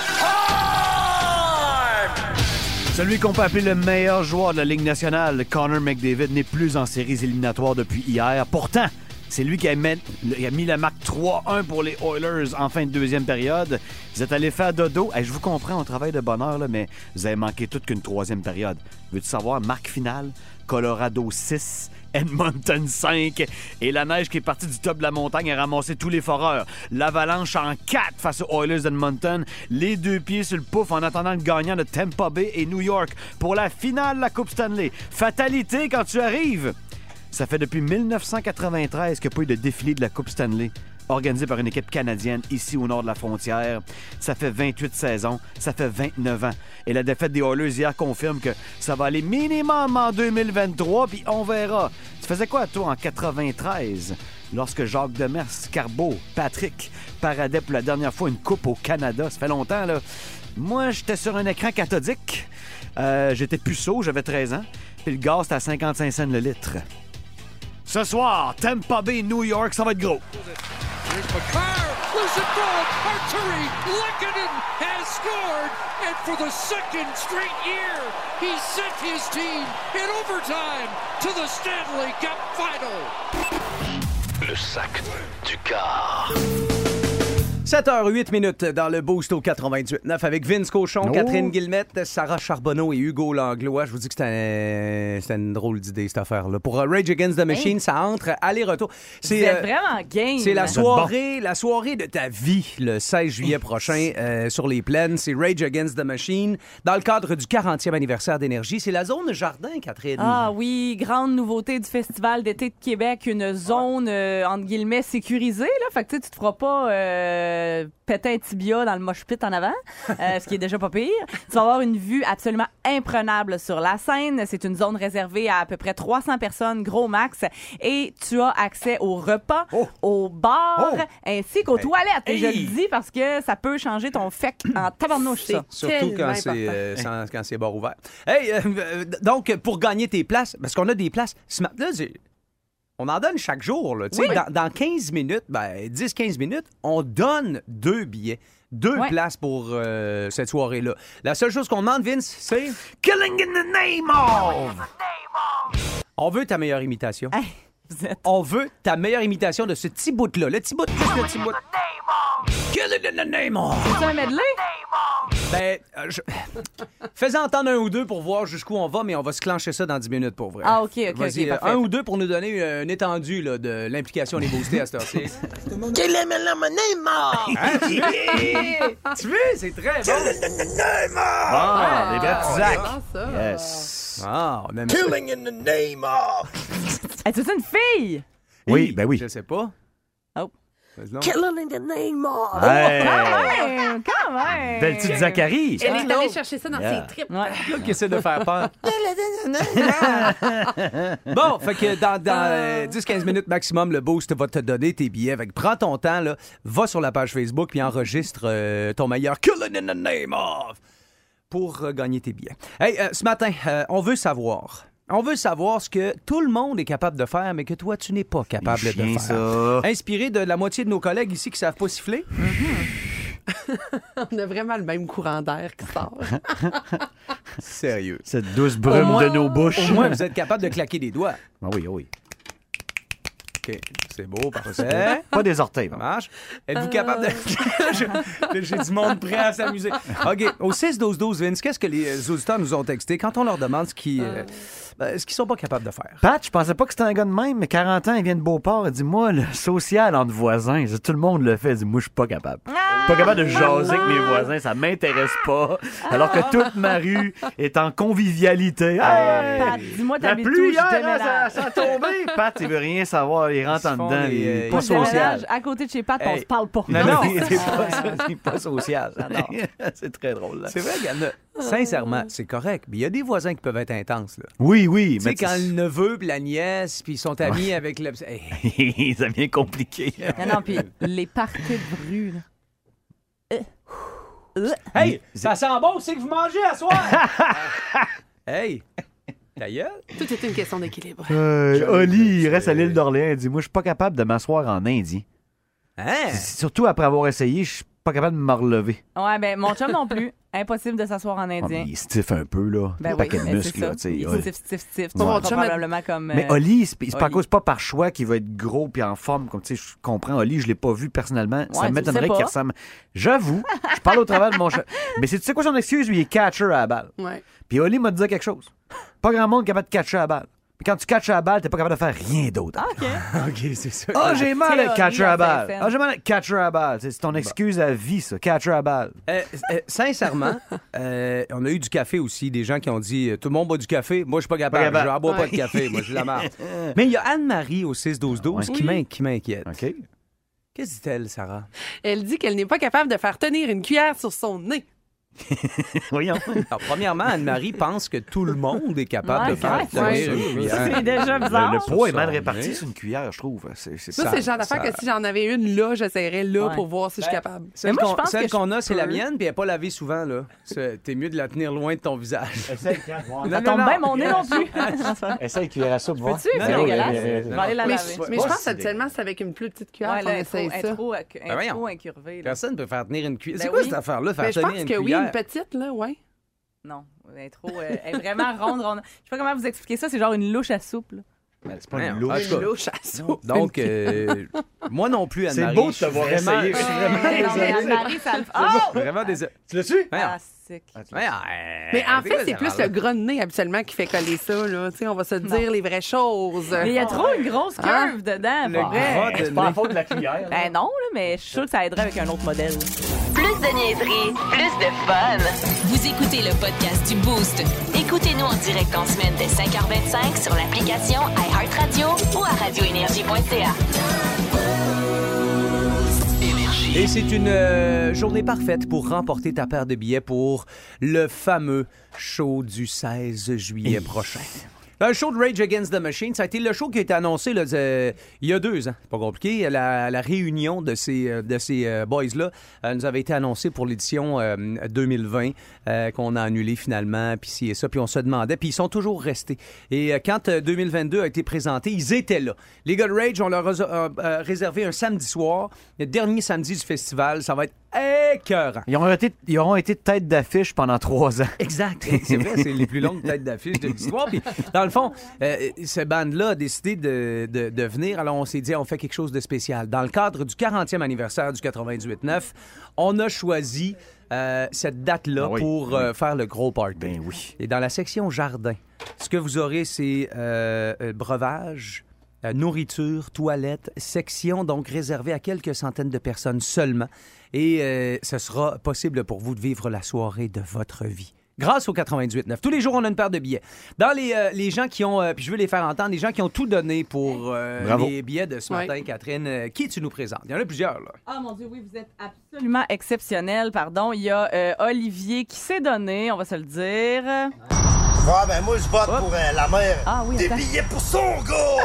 S9: time!
S4: Celui qu'on peut appeler le meilleur joueur de la Ligue nationale, Connor McDavid, n'est plus en séries éliminatoires depuis hier. Pourtant, c'est lui qui a mis, il a mis la marque trois un pour les Oilers en fin de deuxième période. Vous êtes allés faire dodo. Hey, je vous comprends, on travaille de bonne heure, là, mais vous avez manqué toute qu'une troisième période. Veux-tu savoir, marque finale? Colorado six, Edmonton cinq. Et la neige qui est partie du top de la montagne a ramassé tous les foreurs. L'avalanche en quatre face aux Oilers d'Edmonton. Les deux pieds sur le pouf en attendant le gagnant de Tampa Bay et New York pour la finale de la Coupe Stanley. Fatalité quand tu arrives! Ça fait depuis dix-neuf cent quatre-vingt-treize qu'il n'y a pas eu de défilé de la Coupe Stanley organisé par une équipe canadienne ici au nord de la frontière. Ça fait vingt-huit saisons, ça fait vingt-neuf ans. Et la défaite des Oilers hier confirme que ça va aller minimum en deux mille vingt-trois, puis on verra. Tu faisais quoi, toi, en quatre-vingt-treize, lorsque Jacques Demers, Carbeau, Patrick paradaient pour la dernière fois une coupe au Canada? Ça fait longtemps, là. Moi, j'étais sur un écran cathodique. Euh, j'étais puceau, j'avais treize ans. Puis le gaz, c'était à cinquante-cinq cents le litre. Ce soir, Tampa Bay, New York, ça va être gros.
S10: Here's Makar, loose it goal, Arturi, Lekanen has scored, and for the second straight year, he sent his team in overtime to the Stanley Cup Final.
S7: Le sac du car.
S3: sept heures huit minutes dans le Boost au quatre-vingt-huit neuf avec Vince Cochon,
S4: Oh.
S3: Catherine Guillemette, Sarah Charbonneau et Hugo Langlois. Je vous dis que c'était c'était une drôle d'idée, cette affaire-là. Pour uh, Rage Against the Machine,
S6: Hey.
S3: ça entre aller-retour.
S6: Vous
S3: C'est
S6: êtes
S3: euh,
S6: vraiment game.
S3: c'est la
S4: Vous êtes
S3: soirée, la soirée de ta vie, le seize juillet prochain, euh, sur les plaines. C'est Rage Against the Machine, dans le cadre du quarantième anniversaire d'Énergie. C'est la zone jardin, Catherine.
S6: Ah oui, grande nouveauté du Festival d'été de Québec, une zone, euh, entre guillemets, sécurisée. Là. Fait que tu sais, tu te feras pas euh, euh, péter un tibia dans le mosh pit en avant, euh, ce qui est déjà pas pire. Tu vas avoir une vue absolument imprenable sur la scène. C'est une zone réservée à à peu près trois cents personnes, gros max. Et tu as accès aux repas,
S3: oh.
S6: aux bars, oh. ainsi qu'aux hey. toilettes. Et hey. je le dis parce que ça peut changer ton fec en tabarnouche, ça.
S3: Surtout quand c'est, euh, sans, quand c'est bar ouvert. Hey, euh, donc, pour gagner tes places, parce qu'on a des places, ce matin, on en donne chaque jour. Là, oui. dans, dans quinze minutes, ben, dix à quinze minutes, on donne deux billets. Deux ouais. places pour euh, cette soirée-là. La seule chose qu'on demande, Vince, c'est... Killing in the name of! On veut ta meilleure imitation.
S6: Hey, vous êtes...
S3: On veut ta meilleure imitation de ce petit bout-là. Le petit bout, juste le petit bout. Killing in the name of!
S6: C'est un medley?
S3: Ben, euh, je... fais-en entendre un ou deux pour voir jusqu'où on va, mais on va se clencher ça dans dix minutes pour vrai.
S6: Ah, OK, OK,
S3: Vas-y,
S6: OK, parfait.
S3: Un ou deux pour nous donner euh, une étendue là, de l'implication des boostés à cette heure-ci.
S9: Killing in the name of!
S3: Hein, tu veux? Tu veux? C'est très bon.
S9: Killing in the name of!
S4: Ah, les gars, Zach.
S3: Yes. Ah, on aime
S9: Killing in the name of!
S6: Est-ce que c'est une fille?
S4: Oui, ben oui.
S3: Je sais pas.
S6: Oh.
S9: Killing in the name of!
S4: Hey.
S6: Quand même! Quand même!
S4: Belle petite Zacharie!
S5: Elle est allée chercher ça dans
S4: Yeah.
S5: ses tripes.
S6: Ouais.
S3: Là, qui essaie de faire peur. Bon, fait que dans, dans euh, dix à quinze minutes maximum, le Boost va te donner tes billets. Fait que prends ton temps, là, va sur la page Facebook puis enregistre euh, ton meilleur Killing in the name of pour euh, gagner tes billets. Hey, euh, ce matin, euh, on veut savoir... On veut savoir ce que tout le monde est capable de faire, mais que toi, tu n'es pas capable de faire.
S4: Ça.
S3: Inspiré de la moitié de nos collègues ici qui savent pas siffler.
S5: On a vraiment le même courant d'air qui sort.
S3: Sérieux.
S4: Cette douce brume
S3: moins,
S4: de nos bouches.
S3: Au moins, vous êtes capable de claquer des doigts.
S4: Ah oui, oui.
S3: OK, c'est beau, parfait.
S4: Pas des orteils.
S3: Ça marche. Êtes-vous capable de... Je- J'ai du monde prêt à s'amuser. OK, au six douze douze, Vince, qu'est-ce que les auditeurs nous ont texté quand on leur demande ce qu'ils euh, ben, ce qu'ils sont pas capables de faire?
S4: Pat, je pensais pas que c'était un gars de même, mais quarante ans, il vient de Beauport. Il dit, moi, le social entre voisins, je dis, tout le monde le fait. Il dit, moi, je suis pas capable. Pas capable de jaser avec mes voisins, ça m'intéresse pas. Alors que toute ma rue est en convivialité. Hey!
S6: Pat, dis-moi,
S4: La
S6: t'habites où,
S4: pluie,
S6: je
S4: hier, là,
S6: déménage.
S4: ça, ça a tombé. Pat, il veut rien savoir. Il rentre
S3: Ils
S4: en
S3: font
S4: dedans.
S3: des,
S4: Il est
S3: euh,
S4: pas
S6: Moi, je déménage
S4: social.
S6: à côté de chez Pat, on
S3: Hey.
S6: se parle pas.
S3: Non, non.
S4: c'est pas, ça, c'est pas social. C'est très drôle. Là.
S3: C'est vrai, Gana. Sincèrement, c'est correct. Mais il y a des voisins qui peuvent être intenses. Là.
S4: Oui, oui.
S3: Tu sais,
S4: mais
S3: quand le neveu et la nièce, puis ils sont amis avec le... Hey.
S4: ça devient compliqué.
S6: Non, non, puis les parties de rue, là. Euh. Euh.
S3: Hey, ça sent bon, c'est que vous mangez à soir. Hey, ta gueule.
S5: Tout est une question d'équilibre.
S4: Euh, Oli, il reste à l'île d'Orléans. Il dit, moi, je suis pas capable de m'asseoir en indien.
S3: Hein?
S4: Surtout après avoir essayé, je suis pas capable de me relever.
S6: Ouais, ben mon chum non plus. Impossible de s'asseoir en
S4: Ah, mais
S6: indien.
S4: il est stiff un peu, là.
S6: Ben
S4: un
S6: oui,
S4: paquet de
S6: ben,
S4: muscles,
S6: c'est
S4: là.
S6: ça.
S4: tu sais.
S6: Il est
S4: Ouais.
S6: stiff, stiff, stiff.
S4: Ouais.
S6: Mon chum probablement comme...
S4: Mais
S6: euh,
S4: Oli, c'est c'est pas,
S3: Oli.
S4: cause- c'est pas par choix qu'il va être gros puis en forme. Comme tu sais, je comprends. Oli, je l'ai pas vu personnellement.
S6: tu
S4: ça
S6: le
S4: m'étonnerait
S6: sais pas.
S4: qu'il ressemble. J'avoue, je parle au travers de mon chat. Mais c'est- tu sais quoi son excuse? Lui, il est catcher à la balle.
S5: Ouais.
S4: Puis Oli m'a dit quelque chose. Pas grand monde capable de catcher à la balle. Puis quand tu catches à la balle, t'es pas capable de faire rien d'autre.
S6: Ah, OK.
S3: OK, c'est ça.
S4: Ah, j'ai mal à
S6: Théorie
S4: catcher à la balle.
S6: assassin.
S4: Ah, j'ai mal à catcher à la balle. C'est ton excuse à vie, ça. Catcher à la balle.
S3: Euh, euh, sincèrement, euh, on a eu du café aussi, des gens qui ont dit euh, tout le monde boit du café, moi je suis pas capable,
S4: Pas capable.
S3: je n'en bois pas
S5: Ouais.
S3: de café, moi je la marre. Mais il y a Anne-Marie au six douze douze
S4: Ouais.
S3: qui m'in- qui m'inquiète.
S4: OK.
S3: Qu'est-ce que dit-elle, Sarah?
S5: Elle dit qu'elle n'est pas capable de faire tenir une cuillère sur son nez.
S4: Voyons.
S3: Alors, premièrement, Anne-Marie pense que tout le monde est capable
S6: Ouais,
S3: de faire
S6: c'est vrai,
S3: tenir
S5: ouais.
S3: une cuillère.
S6: C'est déjà
S4: Le,
S6: bizarre.
S4: le poids est mal
S3: son
S4: réparti
S3: nez.
S4: sur une cuillère, je trouve. C'est, c'est
S5: Ça,
S3: Ça-
S5: c'est le genre d'affaire
S3: ça-
S5: que si j'en avais une là, j'essaierais là
S6: Ouais.
S5: pour voir si je suis capable.
S3: Celle,
S6: moi, je
S3: qu'on,
S6: pense
S3: celle
S6: que je
S3: qu'on a, c'est la
S6: peux.
S3: mienne, puis elle n'est pas lavée souvent. Là. C'est- T'es mieux de la tenir loin de ton visage.
S6: Ça
S3: Non,
S6: tombe
S3: non,
S6: bien,
S3: non.
S6: mon nez non plus.
S4: Essaye cuillère à soupe, voir.
S6: Peux-tu?
S3: Non,
S6: C'est
S3: non,
S6: dégueulasse.
S3: mais- mais-
S6: Je vais aller la
S5: Mais,
S6: laver.
S5: je- mais je
S4: Ouais,
S5: pense
S4: c'est
S5: habituellement, c'est avec une plus petite cuillère
S6: Ouais,
S5: qu'on
S6: là, elle est trop,
S5: essaye
S6: elle est
S5: ça.
S6: trop, elle
S3: Ben
S6: est
S3: voyons.
S6: trop incurvée. là.
S3: Personne ne peut faire tenir une cuillère.
S6: Ben
S3: c'est quoi
S6: oui.
S3: cette affaire-là, faire
S5: Mais je
S3: tenir
S5: pense
S3: une
S5: que oui,
S3: cuillère?
S5: une petite, là, ouais.
S6: Non, elle est trop... euh, elle est vraiment ronde, ronde. Je sais pas comment vous expliquer ça. C'est genre une louche à soupe, là.
S4: Ben, c'est pas
S3: Ouais,
S4: une louche.
S3: en tout cas,
S5: Une louche à soupe.
S3: Donc, euh, moi non plus,
S4: C'est
S3: Anne-Marie.
S4: beau de
S3: je suis
S4: t'avoir
S3: vraiment-
S4: essayé. Je suis vraiment
S6: Non, mais
S4: désolé.
S6: Anne-Marie, ça le fait. Oh!
S3: Vraiment désolé.
S4: Tu l'as su?
S6: Ah, sick.
S3: Voyons, euh,
S5: Mais en
S3: c'est
S5: fait,
S3: quoi
S5: c'est
S3: cette
S5: plus le
S3: affaire-là?
S5: gras de nez habituellement qui fait coller ça. Là. Tu sais, on va se dire les vraies choses.
S6: Mais il y a trop une grosse curve
S5: Hein?
S6: dedans,
S3: Le
S6: pour vrai.
S3: gras de
S4: C'est pas
S3: nez.
S4: la faute de la cuillère.
S6: Ben non, là, mais je suis sûre que ça aiderait avec un autre modèle.
S1: Plus de niaiserie, plus de fun.
S2: Vous écoutez le podcast du Boost.
S1: Écoutez-nous en direct en semaine dès cinq heures vingt-cinq sur l'application iHeartRadio ou à radio énergie point c a.
S7: Énergie. Énergie.
S3: Et c'est une euh, journée parfaite pour remporter ta paire de billets pour le fameux show du seize juillet prochain. Un show de Rage Against the Machine, ça a été le show qui a été annoncé là, euh, il y a deux ans. C'est pas compliqué. La, la réunion de ces, de ces euh, boys-là euh, nous avait été annoncée pour l'édition euh, deux mille vingt euh, qu'on a annulé finalement, puis ci et ça, puis on se demandait, puis ils sont toujours restés. Et euh, quand euh, deux mille vingt-deux a été présenté, ils étaient là. Les gars de Rage, on leur a euh, euh, réservé un samedi soir, le dernier samedi du festival. Ça va être écœurant.
S4: Ils auront été, ils auront été tête d'affiche pendant trois ans.
S3: Exact. C'est vrai, c'est les plus longues têtes d'affiche de l'histoire. Puis, dans le fond, euh, ce band-là a décidé de, de, de venir. Alors, on s'est dit, on fait quelque chose de spécial. Dans le cadre du quarantième anniversaire du quatre-vingt-dix-huit neuf, on a choisi euh, cette date-là
S4: ah oui,
S3: pour
S4: oui.
S3: Euh, faire le gros party.
S4: Ben oui.
S3: Et dans la section jardin, ce que vous aurez, c'est euh, euh, breuvage, euh, nourriture, toilettes, section donc réservée à quelques centaines de personnes seulement. Et euh, ce sera possible pour vous de vivre la soirée de votre vie. Grâce au quatre-vingt-dix-huit neuf. Tous les jours, on a une paire de billets. Dans les, euh, les gens qui ont, euh, puis je veux les faire entendre, les gens qui ont tout donné pour euh, les billets de ce matin,
S5: ouais.
S3: Catherine, euh, qui tu nous présentes? Il y en a plusieurs, là.
S6: Ah, mon Dieu, oui, vous êtes absolument exceptionnel. Pardon. Il y a euh, Olivier qui s'est donné, on va se le dire.
S11: Ah, ben moi, je vote
S6: Hop.
S11: pour euh, la mère.
S6: Ah oui,
S11: Des
S6: attends.
S11: billets pour son gars!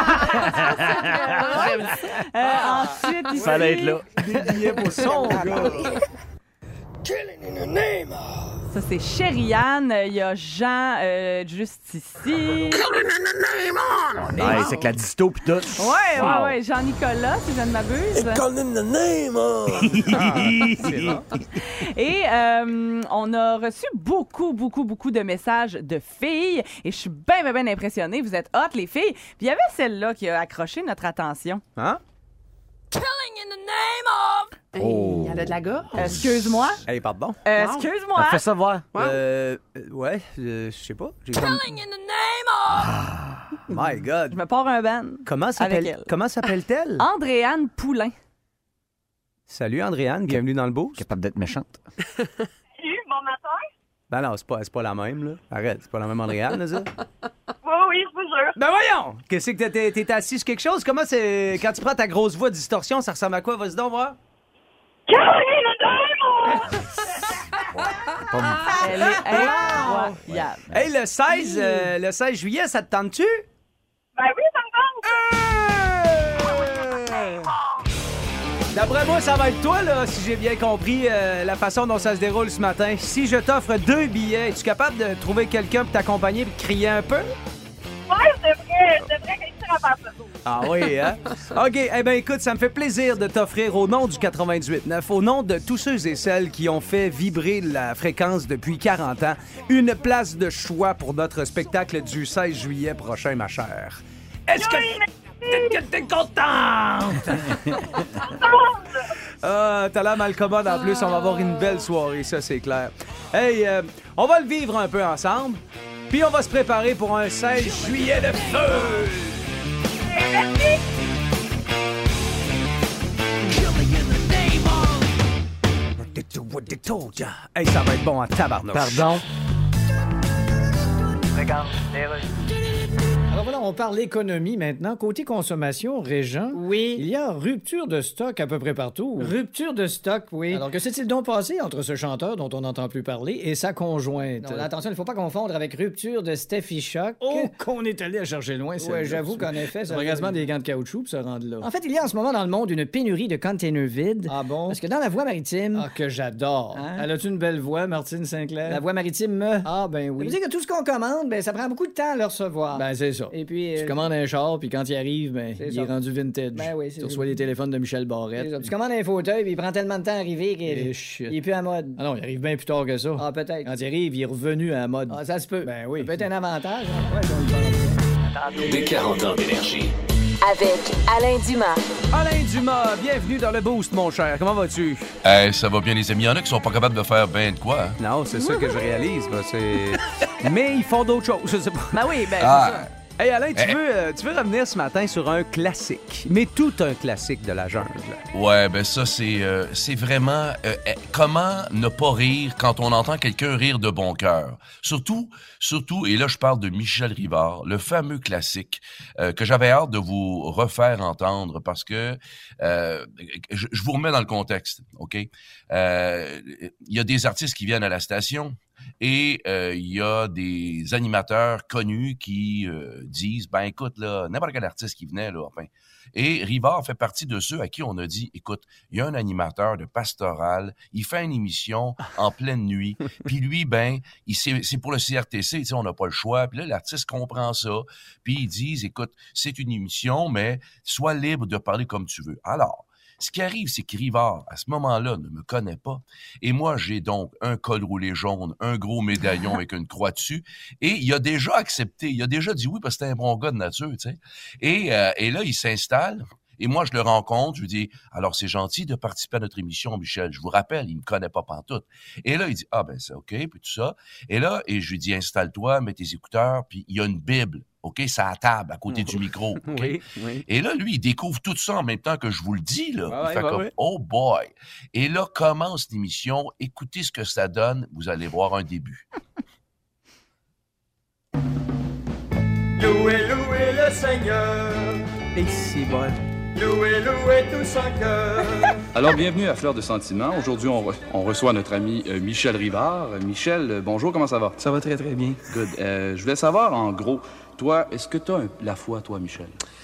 S6: Euh, ensuite, ici...
S4: Fallait être là.
S3: Des billets pour son gars.
S11: Killing in the name of...
S6: Ça, c'est Chériane. Il y a Jean, euh, juste ici.
S4: Ouais, c'est que la disto pis tout.
S6: Ouais, ouais, ouais. Jean-Nicolas, si je ne m'abuse.
S11: Killing in the name of...
S3: C'est rare.
S6: Et euh, on a reçu beaucoup, beaucoup, beaucoup de messages de filles. Et je suis bien, bien, bien impressionnée. Vous êtes hot, les filles. Puis il y avait celle-là qui a accroché notre attention.
S3: Hein?
S5: Hey,
S4: Oh.
S5: elle a de la gorge.
S6: Euh, excuse-moi.
S3: Hey, pardon.
S6: Euh,
S5: Wow.
S6: Excuse-moi.
S4: Fais ça voir.
S5: Wow.
S3: Euh, euh, ouais, euh, je sais pas. J'ai comme... My God.
S6: Je me pars un ban.
S3: Comment
S6: Avec
S3: s'appelle,
S6: elle.
S3: comment s'appelle-t-elle?
S6: Andréane Poulain.
S3: Salut, Andréane. Bienvenue dans le boost.
S4: Capable d'être méchante.
S12: Salut, bon matin.
S3: Ben non, c'est pas, c'est pas la même, là. Arrête, c'est pas la même Andréane, là, ça?
S12: Oui, oui, je vous jure.
S3: Ben voyons! Qu'est-ce que t'es, t'es assis sur quelque chose? Comment c'est... Quand tu prends ta grosse voix distorsion, ça ressemble à quoi? Vas-y donc, voir.
S6: Elle est incroyable.
S3: Hey, le seize, euh, le seize juillet, ça te tente-tu?
S12: Ben oui, ça me tente.
S3: Euh! D'après moi, ça va être toi, là, si j'ai bien compris euh, la façon dont ça se déroule ce matin. Si je t'offre deux billets, es-tu capable de trouver quelqu'un pour t'accompagner et de crier un peu?
S12: Ouais, je devrais, je devrais réussir à faire ça.
S3: Ah oui, hein? OK, eh bien, écoute, ça me fait plaisir de t'offrir, au nom du quatre-vingt-dix-huit neuf, au nom de tous ceux et celles qui ont fait vibrer la fréquence depuis quarante ans, une place de choix pour notre spectacle du seize juillet prochain, ma chère. Est-ce que... Est-ce que t'es contente? Ah, t'as l'air mal commode en plus. On va avoir une belle soirée, ça, c'est clair. Hey, euh, on va le vivre un peu ensemble. Puis on va se préparer pour un seize juillet de feu! Hey, ça va être bon en tabarnouche.
S4: Pardon?
S8: Alors voilà, on parle économie maintenant. Côté consommation, Régent,
S13: Oui.
S8: il y a rupture de stock à peu près partout.
S13: Rupture de stock, oui.
S8: Alors que s'est-il donc passé entre ce chanteur dont on n'entend plus parler et sa conjointe?
S13: Non, là, attention, il ne faut pas confondre avec rupture de Steffi Shock.
S8: Oh, qu'on est allé à chercher loin,
S13: Ouais,
S8: celle-là.
S13: j'avoue qu'en effet,
S8: Ça
S13: ça...
S8: va quasiment des gants de caoutchouc pour se rendre là.
S13: En fait, il y a en ce moment dans le monde une pénurie de containers vides.
S8: Ah bon?
S13: Parce que dans la voie maritime...
S8: Ah, que j'adore.
S13: Hein?
S8: Elle a-tu une belle voix, Martine Sinclair?
S13: La voie maritime me...
S8: Ah, ben
S13: Ça
S8: oui.
S13: veut dire que tout ce qu'on commande, ben, ça prend beaucoup de temps à le recevoir.
S8: Ben, c'est ça.
S13: Et puis... euh,
S8: Tu commandes un char, puis quand il arrive, ben,
S13: C'est
S8: il
S13: ça.
S8: est rendu vintage.
S13: Ben oui, c'est
S8: Tu reçois les téléphones de Michel
S13: c'est
S8: Barrette.
S13: ça. Tu commandes un fauteuil, puis il prend tellement de temps à arriver qu'il
S8: Eh, shit.
S13: il est plus à mode.
S8: Ah non, il arrive bien plus tard que ça.
S13: Ah, peut-être.
S8: Quand il arrive, il est revenu à la mode.
S13: Ah, ça se peut.
S8: Ben oui.
S13: Ça peut être un avantage. Hein? Ouais, on y pense.
S7: Des quarante ans d'énergie.
S1: Avec Alain Dumas.
S3: Alain Dumas, bienvenue dans le Boost, mon cher. Comment vas-tu?
S14: Eh, ça va bien, les amis. Il y en a qui sont pas capables de faire ben de quoi. Hein?
S3: Non, c'est ça que je réalise. Ben, c'est... Mais ils font d'autres choses, je sais pas.
S6: Ben oui, ben
S14: Ah.
S6: c'est ça.
S3: Hey Alain, tu,
S14: Eh.
S3: veux, euh, tu veux revenir ce matin sur un classique, mais tout un classique de la jungle.
S14: Ouais, ben ça, c'est euh, c'est vraiment... euh, euh, comment ne pas rire quand on entend quelqu'un rire de bon cœur? Surtout, surtout, et là, je parle de Michel Rivard, le fameux classique euh, que j'avais hâte de vous refaire entendre parce que euh, je, je vous remets dans le contexte, OK? Euh, Il y a des artistes qui viennent à la station et euh, il y a des animateurs connus qui euh, disent, ben écoute, là, n'importe quel artiste qui venait, là, enfin... Et Rivard fait partie de ceux à qui on a dit, écoute, il y a un animateur de pastoral, il fait une émission en pleine nuit, puis lui, ben, il c'est, c'est pour le C R T C, tu sais, on n'a pas le choix, puis là, l'artiste comprend ça, puis ils disent, écoute, c'est une émission, mais sois libre de parler comme tu veux. Alors, ce qui arrive, c'est que Rivard, à ce moment-là, ne me connaît pas. Et moi, j'ai donc un col roulé jaune, un gros médaillon avec une croix dessus. Et il a déjà accepté, il a déjà dit oui parce que c'était un bon gars de nature, tu sais. Et, euh, et là, il s'installe. Et moi, je le rencontre, je lui dis, alors c'est gentil de participer à notre émission, Michel. Je vous rappelle, il me connaît pas pantoute. Et là, il dit, ah ben c'est OK, puis tout ça. Et là, et je lui dis, installe-toi, mets tes écouteurs, puis il y a une Bible. OK, c'est à la table, à côté du micro. Okay?
S3: Oui, oui.
S14: Et là, lui, il découvre tout ça en même temps que je vous le dis, là.
S3: Ouais,
S14: il fait
S3: ouais,
S14: comme,
S3: ouais.
S14: oh boy. Et là, commence l'émission. Écoutez ce que ça donne. Vous allez voir un début.
S11: Louez, louez le Seigneur.
S3: Et c'est bon.
S11: Louez, louez tous en cœur.
S15: Alors, bienvenue à Fleur de Sentiment. Aujourd'hui, on, re- on reçoit notre ami euh, Michel Rivard. Euh, Michel, euh, bonjour, comment ça va?
S16: Ça va très, très bien.
S15: Good. Euh, je voulais savoir, en gros, toi, est-ce que tu as la foi, toi, Michel?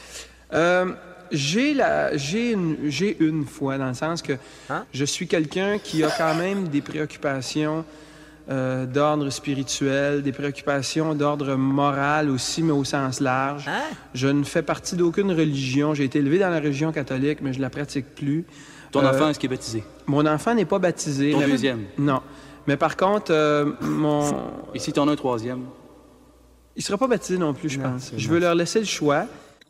S16: Euh, j'ai la, j'ai une, j'ai une foi, dans le sens que
S3: Hein?
S16: je suis quelqu'un qui a quand même des préoccupations euh, d'ordre spirituel, des préoccupations d'ordre moral aussi, mais au sens large.
S3: Hein?
S16: Je ne fais partie d'aucune religion. J'ai été élevé dans la religion catholique, mais je ne la pratique plus.
S15: Ton
S16: Euh,
S15: enfant, est-ce qu'il est baptisé?
S16: Mon enfant n'est pas baptisé.
S15: Ton
S16: La-
S15: deuxième?
S16: Non. Mais par contre, euh, mon...
S15: Et si t'en as un troisième?
S16: Il sera pas baptisé non plus, je
S15: Non,
S16: pense.
S15: c'est
S16: Je
S15: bon.
S16: veux leur laisser le choix.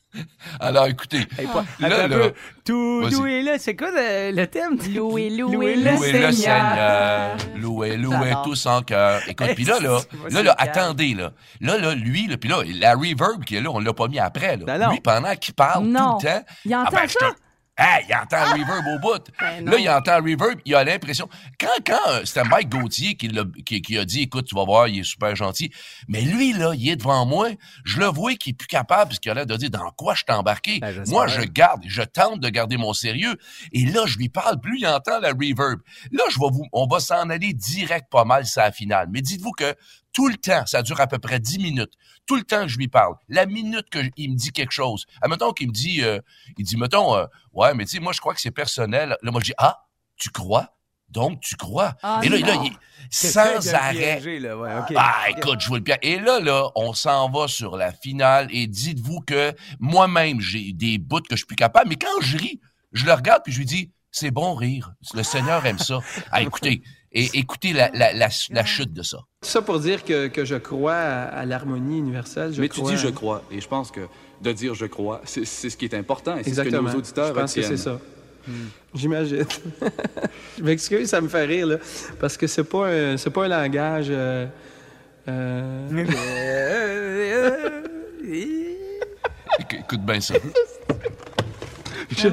S14: Alors, écoutez.
S3: Hey, pas-
S14: Là,
S3: attends un
S14: là,
S3: peu. Tout
S14: vas-y.
S3: loué là, c'est quoi le, le thème?
S6: Louez, louez,
S3: Louez
S6: le,
S14: Louez le
S6: Seigneur.
S14: Seigneur. Louez, louez
S6: J'adore.
S14: tous en cœur. Écoute, puis là, là, là, là, attendez, là. Là, là, lui, là, puis là, la reverb qui est là, on l'a pas mis après, là.
S3: Non, non.
S14: Lui, pendant qu'il parle
S6: Non.
S14: tout le temps.
S6: Il entend
S14: ah ben, je te-
S6: ça?
S14: Hey, il entend le reverb au bout.
S6: Ben
S14: là,
S6: non.
S14: il entend le reverb, il a l'impression... Quand, quand euh, c'était Mike Gauthier qui, l'a- qui, qui a dit, écoute, tu vas voir, il est super gentil. Mais lui, là, il est devant moi. Je le vois qu'il est plus capable, parce qu'il a l'air de dire, dans quoi je t'ai embarqué?
S3: Ben, j'espère.
S14: Moi, je garde, je tente de garder mon sérieux. Et là, je lui parle, plus il entend la reverb. Là, je vais vous, on va s'en aller direct pas mal, c'est la finale. Mais dites-vous que tout le temps, ça dure à peu près dix minutes. Tout le temps que je lui parle, la minute qu'il me dit quelque chose, admettons qu'il me dit, euh, il dit, mettons, euh, ouais, mais tu sais, moi, je crois que c'est personnel. Là, moi, je dis, ah, tu crois? Donc, tu crois?
S6: Ah,
S14: et là,
S6: non.
S14: là, il,
S3: Quelqu'un
S14: sans
S3: qui a
S14: arrêt.
S3: piégé, là, ouais, ok.
S14: Ah, écoute, je vois le bien. Et là, là, on s'en va sur la finale et dites-vous que moi-même, j'ai des bouts que je suis plus capable, mais quand je ris, je le regarde puis je lui dis, c'est bon rire. Le Seigneur aime ça. Ah, écoutez, et écoutez la, la, la, la chute de ça.
S16: Ça pour dire que, que je crois à, à l'harmonie universelle. Je
S15: Mais
S16: crois...
S15: tu dis « je crois », et je pense que de dire « je crois », c'est c'est ce qui est important, et c'est ce que
S16: Exactement.
S15: nos auditeurs
S16: Je pense que
S15: retiennent.
S16: c'est ça. J'imagine. Je m'excuse, ça me fait rire, là, parce que c'est pas un, c'est pas un langage... euh, euh,
S14: Éc- Écoute bien ça.
S16: je-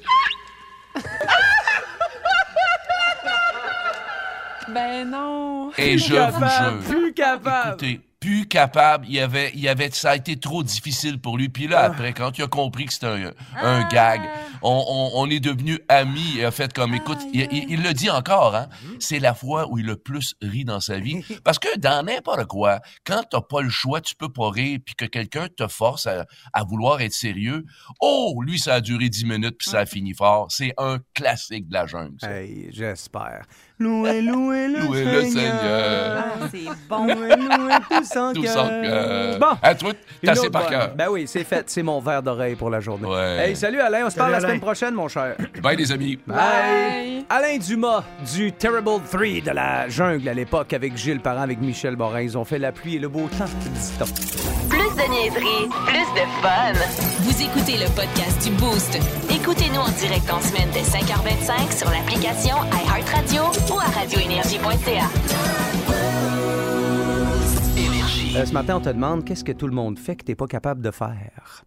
S6: Ben non.
S14: Et
S3: Plus
S14: je vous
S3: capable,
S14: jure.
S3: plus capable.
S14: Écoutez, plus capable, il y avait, il y avait, ça a été trop difficile pour lui. Puis là, après, quand il a compris que c'était un, un gag, on, on, on est devenus amis. Il a fait comme, écoute, il, il, il le dit encore, hein, c'est la fois où il a le plus ri dans sa vie. Parce que dans n'importe quoi, quand t'as pas le choix, tu peux pas rire, puis que quelqu'un te force à, à vouloir être sérieux, oh, lui, ça a duré dix minutes, puis ça a fini fort. C'est un classique de la jungle, ça.
S3: Hey, j'espère. Louez, louez le
S14: Louez le
S3: Seigneur.
S14: Seigneur.
S6: Ah, c'est bon.
S3: Louez, louez tous en
S14: Tout
S3: cœur.
S14: sans cœur.
S3: Bon.
S14: Hein, toi,
S3: Une
S14: t'as assez
S3: autre
S14: par
S3: bonne.
S14: cœur.
S3: Ben oui, c'est fait. C'est mon verre d'oreille pour la journée.
S14: Ouais.
S3: Hey, salut Alain. On se parle la
S16: Alain.
S3: semaine prochaine, mon cher.
S14: Bye, les amis.
S3: Bye. Alain Dumas du Terrible Three de la jungle à l'époque avec Gilles Parent, avec Michel Morin. Ils ont fait la pluie et le beau temps, dit-on.
S1: Plus de niaiserie, plus de fun.
S2: Vous écoutez le podcast du Boost.
S1: Écoutez-nous en direct en semaine dès cinq heures vingt-cinq sur l'application iHeartRadio ou à radio énergie point c a.
S7: Énergie.
S3: Euh, ce matin, on te demande qu'est-ce que tout le monde fait que t'es pas capable de faire.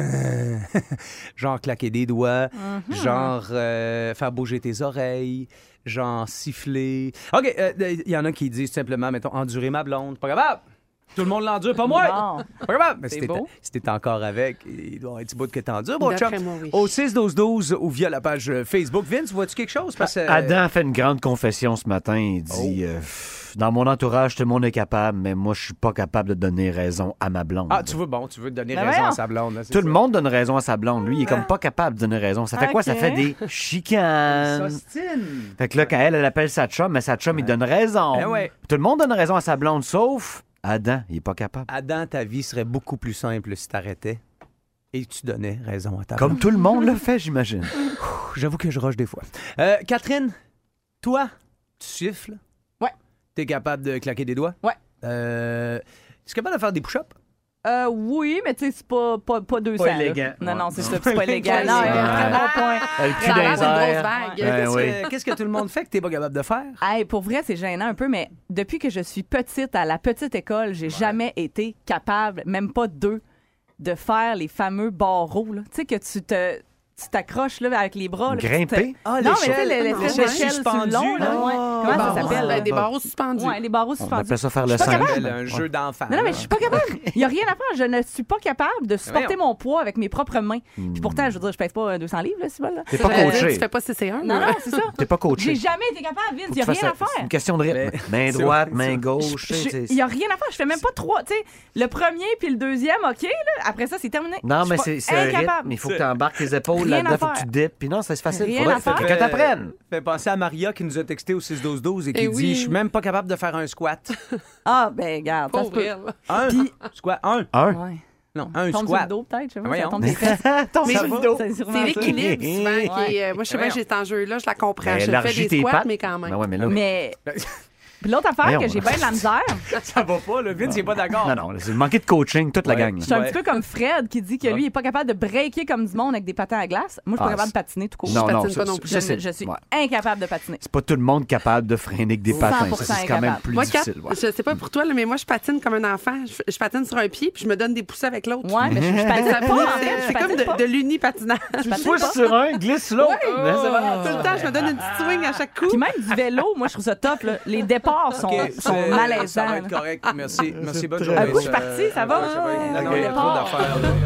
S3: Genre claquer des doigts, mm-hmm. genre euh, faire bouger tes oreilles, genre siffler. OK, il euh, y en a qui disent simplement, mettons, endurer ma blonde. Pas capable! Tout le monde l'endure, pas moi!
S6: Non.
S3: Pas capable! Mais
S6: C'est
S3: si t'es,
S6: beau.
S3: si t'es encore avec, il doit y avoir un petit bout que t'endures. Bon, chum,
S5: moi, oui.
S3: au six douze douze ou via la page Facebook. Vince, vois-tu quelque chose? Parce que, euh,
S4: Adam a fait une grande confession ce matin. Il dit...
S3: Oh.
S4: euh, Dans mon entourage, tout le monde est capable, mais moi, je suis pas capable de donner raison à ma blonde.
S3: Ah, tu veux, bon, tu veux donner
S6: Ben
S3: raison
S6: voyons.
S3: à sa blonde. Là, c'est
S4: Tout
S3: ça.
S4: le monde donne raison à sa blonde. Lui, il est comme pas capable de donner raison. Ça fait quoi? Ça
S6: Ok.
S4: fait des chicanes.
S3: S'ostine.
S4: Fait que là, quand elle, elle appelle sa chum, mais sa chum, il donne raison.
S3: Ben ouais.
S4: Tout le monde donne raison à sa blonde, sauf Adam, il est pas capable.
S3: Adam, ta vie serait beaucoup plus simple si t'arrêtais et tu donnais raison à ta
S4: Comme
S3: blonde.
S4: tout le monde le fait, j'imagine.
S3: J'avoue que je rush des fois. Euh, Catherine, toi, tu siffles?
S6: Ouais.
S3: T'es capable de claquer des doigts?
S6: Ouais.
S3: Euh, tu es capable de faire des push-ups?
S6: Euh, oui, mais tu sais, c'est pas, pas, pas deux cents.
S4: Pas
S6: là.
S4: élégant.
S6: Non, non, c'est
S4: Ouais.
S6: ça, c'est pas élégant.
S3: Ouais.
S6: Non, il y a un très bon point.
S4: Le cul
S5: Ça a
S4: dans
S5: l'air
S4: les
S5: d'une grosse
S4: airs.
S5: vague.
S4: Ben
S3: Qu'est-ce,
S4: oui.
S3: que, qu'est-ce que tout le monde fait que t'es pas capable de faire?
S6: Hey, pour vrai, c'est gênant un peu, mais depuis que je suis petite, à la petite école, j'ai jamais été capable, même pas deux, de faire les fameux barreaux. là. Tu sais, que tu te... Tu t'accroches là, avec les bras. Là, puis tu te-
S4: Grimper?
S3: Ah,
S6: non, mais tu sais,
S3: l'échelle.
S6: l'espèce
S3: L'échelle
S6: d'échelle sur le
S3: suspendue,
S6: long. Là,
S3: là.
S6: ouais.
S3: Ah,
S6: Comment
S5: Des
S6: ça
S5: barreaux,
S6: s'appelle?
S5: ben, des barreaux suspendus.
S6: Ouais, les barreaux
S4: On
S6: suspendus.
S4: appelle ça faire
S6: Je
S4: le
S6: suis pas
S4: cinq.
S6: capable.
S3: Un jeu d'enfant.
S6: Non, non, mais
S3: là.
S6: je suis pas capable. Il n'y a rien à faire. Je ne suis pas capable de supporter
S3: voyons.
S6: mon poids avec mes propres mains. Puis pourtant, je veux dire, je pèse pas euh, deux cents livres, là, c'est bon, là.
S4: T'es pas
S5: Euh,
S4: coaché.
S5: Tu fais pas C C un?
S6: Non, non, c'est ça.
S4: T'es pas
S6: J'ai
S4: coaché.
S6: jamais été capable, Vince.
S4: Faut
S6: Il n'y a
S4: que tu
S6: rien à
S4: fasses ça. C'est
S6: faire.
S4: une question de rythme.
S3: Mais-
S4: Main
S3: c'est
S4: droite,
S3: vrai,
S4: main
S3: ça.
S4: gauche.
S6: Je-
S4: tu sais,
S6: Il n'y a rien à faire. Je fais même pas trois. Tu sais, le premier puis le deuxième, OK, là. Après ça, c'est terminé.
S4: Non,
S6: Je
S4: mais
S6: suis
S4: c'est
S6: pas
S4: c'est un rythme.
S6: incapable.
S4: Il faut que tu embarques les épaules
S6: Rien
S4: là-dedans.
S6: à
S4: Faut que
S6: faire.
S4: tu dippes. Puis non, c'est facile.
S6: Rien
S4: Faudrait
S6: à faire.
S4: que t'apprennes.
S3: Fait penser à Maria qui nous a texté au six douze douze et qui
S5: Eh
S3: dit
S5: oui.
S3: Je suis même pas capable de faire un squat.
S6: Ah, ben, regarde. Ça se
S5: Pauvre
S6: peut.
S5: elle.
S3: Un
S6: Puis-
S3: squat. Un.
S4: Un.
S6: Ouais.
S3: Non, un
S6: Tombe sur le
S3: squat.
S6: dos, peut-être. Je sais pas.
S3: Voyons.
S6: Ça tombe sur les fesses.
S4: Tombe
S5: Mais
S4: sur
S5: c'est-
S4: le dos.
S6: C'est sûrement
S5: C'est
S6: ça.
S5: l'équilibre souvent qui est. euh, Moi, je sais bien
S3: Voyons.
S5: que j'ai cet enjeu-là, je la comprends.
S4: Ben,
S5: je
S4: élargis
S5: fais des
S4: tes
S5: squats,
S4: pattes.
S5: mais quand même.
S4: Ben ouais, mais là.
S6: Mais. Puis l'autre affaire
S4: Voyons.
S6: que j'ai bien de la misère,
S3: Ça va pas, le Vince, il est pas d'accord.
S4: Non, non, c'est manquer de coaching, toute la
S3: Ouais.
S4: gang.
S6: je suis un
S3: Ouais.
S6: petit peu comme Fred qui dit que lui, il est pas capable de breaker comme du monde avec des patins à glace. Moi, je suis pas
S4: Ah,
S6: capable de
S4: c'est-
S6: patiner tout court.
S4: Non,
S5: je
S4: non,
S5: patine
S4: ça,
S5: pas non
S4: ça,
S5: plus.
S4: ça,
S6: Je,
S4: c'est
S6: je suis
S4: ouais.
S6: incapable de patiner.
S4: C'est pas tout le monde capable de freiner avec des patins.
S6: cent pour
S4: Ça,
S6: cent
S4: c'est quand même
S6: incapable.
S4: plus
S5: Moi, Kat,
S4: difficile. ouais.
S5: je sais pas pour toi, là, mais moi, je patine comme un enfant. Je, je patine sur un pied, puis je me donne des poussées avec l'autre.
S6: Ouais, mais je, je patine
S5: Ça
S6: pas, en
S5: fait-
S6: fait. Je
S5: C'est comme
S6: patine pas.
S5: de, de l'uni-patinage.
S6: Je patine
S4: Pousse
S6: pas.
S4: sur un, glisse sur l'autre.
S5: Ouais.
S4: Ben, c'est voilà.
S5: Tout le temps, je me donne une petite swing à chaque coup.
S6: Puis même du vélo, moi, je trouve ça top. Là. Les départs sont,
S3: OK,
S6: sont
S3: c'est-
S6: malaisants.
S3: Ça va
S6: là.
S3: être correct. Merci. Merci, bonne
S4: très
S3: journée.
S6: Un coup, je suis partie, ça va?
S3: Ah, je sais pas. Non, non, il y a
S6: OK.
S3: trop d'affaires. là.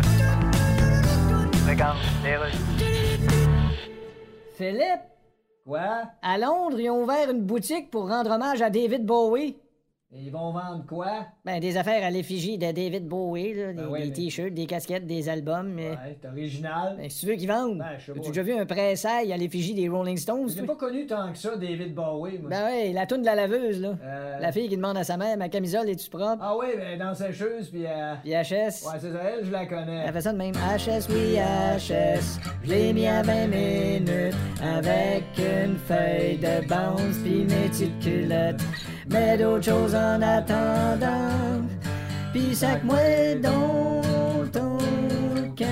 S13: Philippe? Quoi? À Londres, ils ont ouvert une boutique pour rendre hommage à David Bowie. Et ils vont vendre quoi? Ben, des affaires à l'effigie de David Bowie, là, des,
S8: Ben ouais,
S13: des
S8: mais-
S13: t-shirts, des casquettes, des albums. mais-
S8: Ouais, c'est original.
S13: Ben, si tu veux qu'ils vendent.
S8: Ben, je sais pas.
S13: As-tu déjà vu un pressail à l'effigie des Rolling Stones?
S8: J'ai
S13: toi?
S8: pas connu tant que ça, David Bowie, moi.
S13: Ben ouais, la toune de la laveuse, là.
S8: Euh,
S13: La fille qui demande à sa mère, ma camisole, es-tu propre?
S8: Ah oui, ben dans sécheuse, puis... Euh...
S13: Puis H S.
S8: Ouais, c'est ça, elle, je la connais.
S13: Elle fait ça de même. H S, oui, H S. Je l'ai mis à vingt minutes avec une feuille de bounce pis mes petites culottes. Mais d'autres choses en attendant. Pis sac-moi donc ton camp.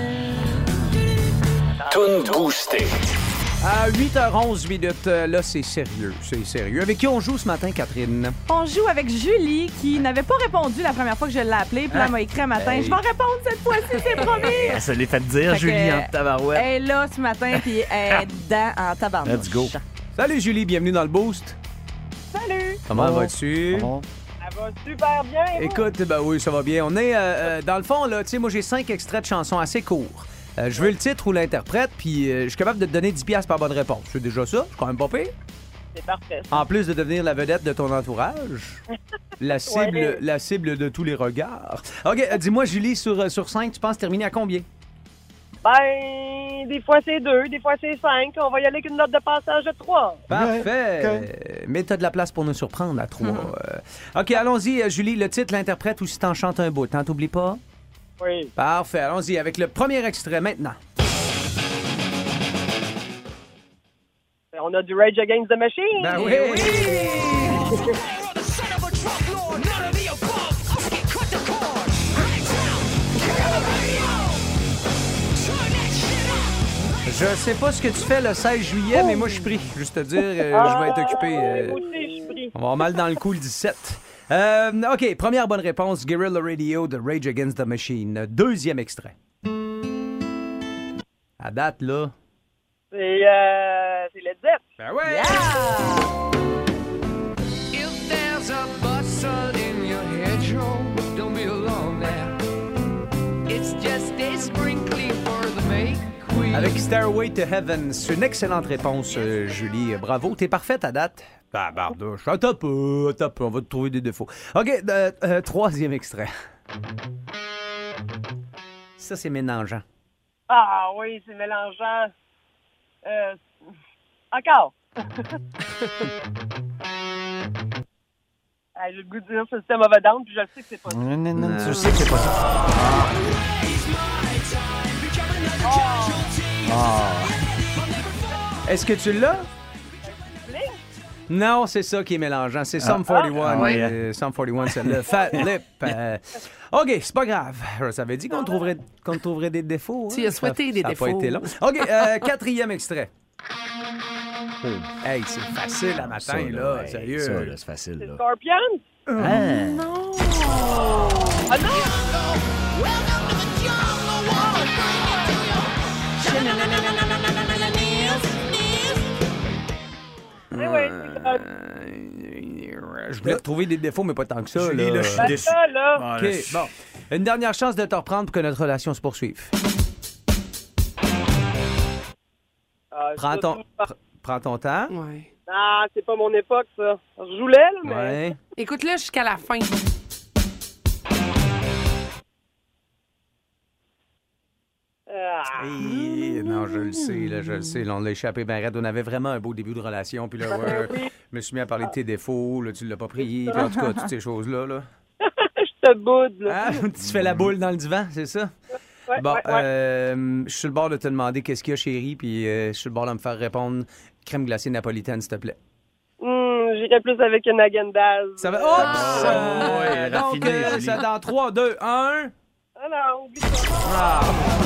S7: Toon boostée.
S3: À huit heures onze minutes, euh, là, c'est sérieux. C'est sérieux. Avec qui on joue ce matin, Catherine?
S6: On joue avec Julie qui n'avait pas répondu la première fois que je l'ai appelée. Puis là, elle m'a écrit un matin.
S3: Hey.
S6: Je vais répondre cette fois-ci, c'est promis.
S4: Elle se l'est fait dire,
S6: Fait que,
S4: Julie, en tabarouette.
S6: Elle est là ce matin, puis elle est dedans en tabarnouche.
S4: Let's go.
S3: Salut, Julie. Bienvenue dans le Boost.
S12: Salut!
S3: Comment
S4: Bon.
S3: vas-tu?
S4: Bon.
S12: Ça va super bien. et vous?
S3: Écoute, ben oui, ça va bien. On est, euh, euh, dans le fond, là, tu sais, moi, j'ai cinq extraits de chansons assez courts. Euh, je veux le titre ou l'interprète, puis euh, je suis capable de te donner dix piastres par bonne réponse. C'est déjà ça? C'est quand même pas pire.
S12: C'est parfait.
S3: En plus de devenir la vedette de ton entourage, la cible,
S12: Ouais.
S3: la cible de tous les regards. OK, euh, dis-moi, Julie, sur, euh, sur cinq, tu penses terminer à combien?
S12: Ben, des fois c'est deux, des fois c'est cinq. On va y aller avec une note de passage de trois.
S3: Parfait. Euh, Mais t'as de la place pour nous surprendre à trois. Euh, OK, allons-y, euh, Julie, le titre, l'interprète ou si t'en chantes un bout. T'en t'oublies pas?
S12: Oui.
S3: Parfait, allons-y avec le premier extrait maintenant.
S12: On a du Rage Against the Machine.
S3: Ben oui! Je sais pas ce que tu fais le seize juillet, mais moi je suis pris. Juste te dire, euh, je vais être occupé. euh,
S12: Moi aussi, je suis pris.
S3: on va avoir mal dans le coup le dix-sept. Euh, OK, première bonne réponse, Guerrilla Radio de Rage Against the Machine. Deuxième extrait. À date, là...
S12: C'est, euh, c'est Led Zepp.
S3: Ben ouais!
S12: Yeah!
S10: If there's a bustle in your hedgerow, don't be alone there. It's just a sprinkling for the make queen.
S3: Avec Stairway to Heaven, c'est une excellente réponse, euh, Julie. Bravo, t'es parfaite à date. Bah, bardouche. Attends peu, attends peu, on va te trouver des défauts. OK, euh, euh, troisième extrait. Ça, c'est mélangeant.
S12: Ah oui, c'est mélangeant. Euh, encore. Ah, j'ai le goût de dire que c'était mauvais down, puis je le sais que c'est pas ça.
S4: Non, non, non, je sais que c'est pas ça.
S3: Oh. Oh. Est-ce que tu l'as? Non, c'est ça qui est mélangeant. C'est Sum
S4: Ah.
S3: forty-one.
S4: Ah, ouais.
S3: euh, Sum forty-one, celle-là. Fat Lip. euh. OK, c'est pas grave. Ça avait dit qu'on trouverait, qu'on trouverait des défauts.
S5: Tu as souhaité
S3: ça,
S5: des
S3: ça
S5: défauts.
S3: Ça n'a pas été long. OK, euh, quatrième extrait. Oh. Hey, c'est facile à matin,
S4: Ça, là,
S3: là.
S4: hey,
S3: Sérieux.
S4: ça, là, c'est facile, là.
S12: Scorpion?
S4: Hein?
S5: Non!
S12: Ah non! Eh oui, c'est ça.
S3: Je voulais trouver des défauts, mais pas tant que ça.
S4: Julie,
S3: là.
S4: là, je suis
S12: Ben
S4: déçu.
S12: ça, là.
S4: Ah,
S3: OK,
S4: là, je-
S3: bon. Une dernière chance de te reprendre pour que notre relation se poursuive.
S12: Ah,
S3: Prends
S12: c'est
S3: ton,
S12: pas-
S3: pr- prends ton temps.
S5: Ouais.
S12: Ah, c'est pas mon époque, ça. Je jouais, là, mais...
S3: Ouais.
S5: Écoute-le jusqu'à la fin.
S12: Ah.
S3: Hi, non, je le sais, là, je le sais. Là, on l'a échappé bien raide. On avait vraiment un beau début de relation. Puis là, ouais, je me suis mis à parler de tes défauts. Là, tu l'as pas pris. Puis en tout cas, toutes ces choses-là. Là.
S12: Je te boude, là.
S3: Ah, tu te fais la boule dans le divan, c'est ça?
S12: Ouais,
S3: Bon,
S12: ouais, ouais.
S3: euh, je suis sur le bord de te demander qu'est-ce qu'il y a, chérie. Puis euh, je suis sur le bord de me faire répondre crème glacée napolitaine, s'il te plaît.
S12: Hum, j'irais plus avec une agendaz.
S3: Ça va.
S12: Euh,
S3: Oh!
S4: Ah, ouais,
S3: Donc,
S4: raffiné,
S3: euh,
S4: Julie.
S3: ça dans trois, deux, un.
S12: Ah non, oublie ça.
S3: Ah.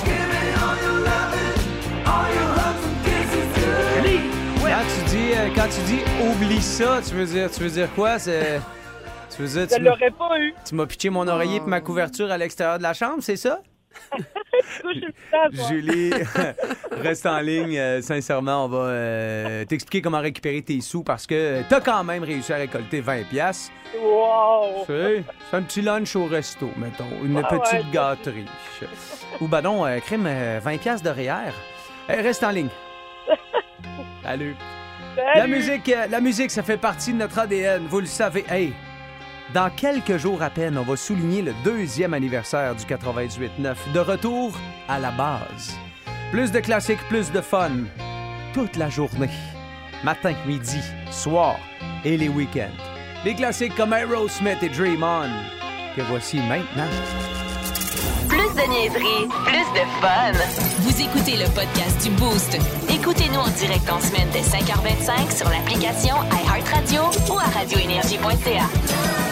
S3: Quand tu dis, euh, quand tu dis oublie ça, tu veux dire, tu veux dire quoi? C'est, tu veux dire,
S12: Je
S3: tu m'as,
S12: l'aurais pas eu.
S3: tu m'as pitché mon oreiller et ma couverture à l'extérieur de la chambre, c'est ça?
S12: Touche le temps, toi.
S3: Julie, reste en ligne. Euh, sincèrement, on va euh, t'expliquer comment récupérer tes sous parce que t'as quand même réussi à récolter vingt piastres.
S12: Wow.
S3: C'est, c'est un petit lunch au resto, mettons. Une
S12: Ah
S3: petite
S12: ouais.
S3: gâterie. Ou ben non, euh, crème, euh, vingt piastres de R E E R. Eh, reste en ligne. Salut. La
S12: Salut.
S3: musique, euh, la musique, ça fait partie de notre A D N, vous le savez. Hey, dans quelques jours à peine, on va souligner le deuxième anniversaire du quatre-vingt-dix-huit neuf. De retour à la base. Plus de classiques, plus de fun. Toute la journée. Matin, midi, soir et les week-ends. Des classiques comme Aerosmith et Dream On, que voici maintenant.
S1: Plus de niaiserie, plus de fun.
S2: Vous écoutez le podcast du Boost.
S1: Écoutez-nous en direct en semaine dès cinq heures vingt-cinq sur l'application iHeartRadio ou à radio énergie point c a.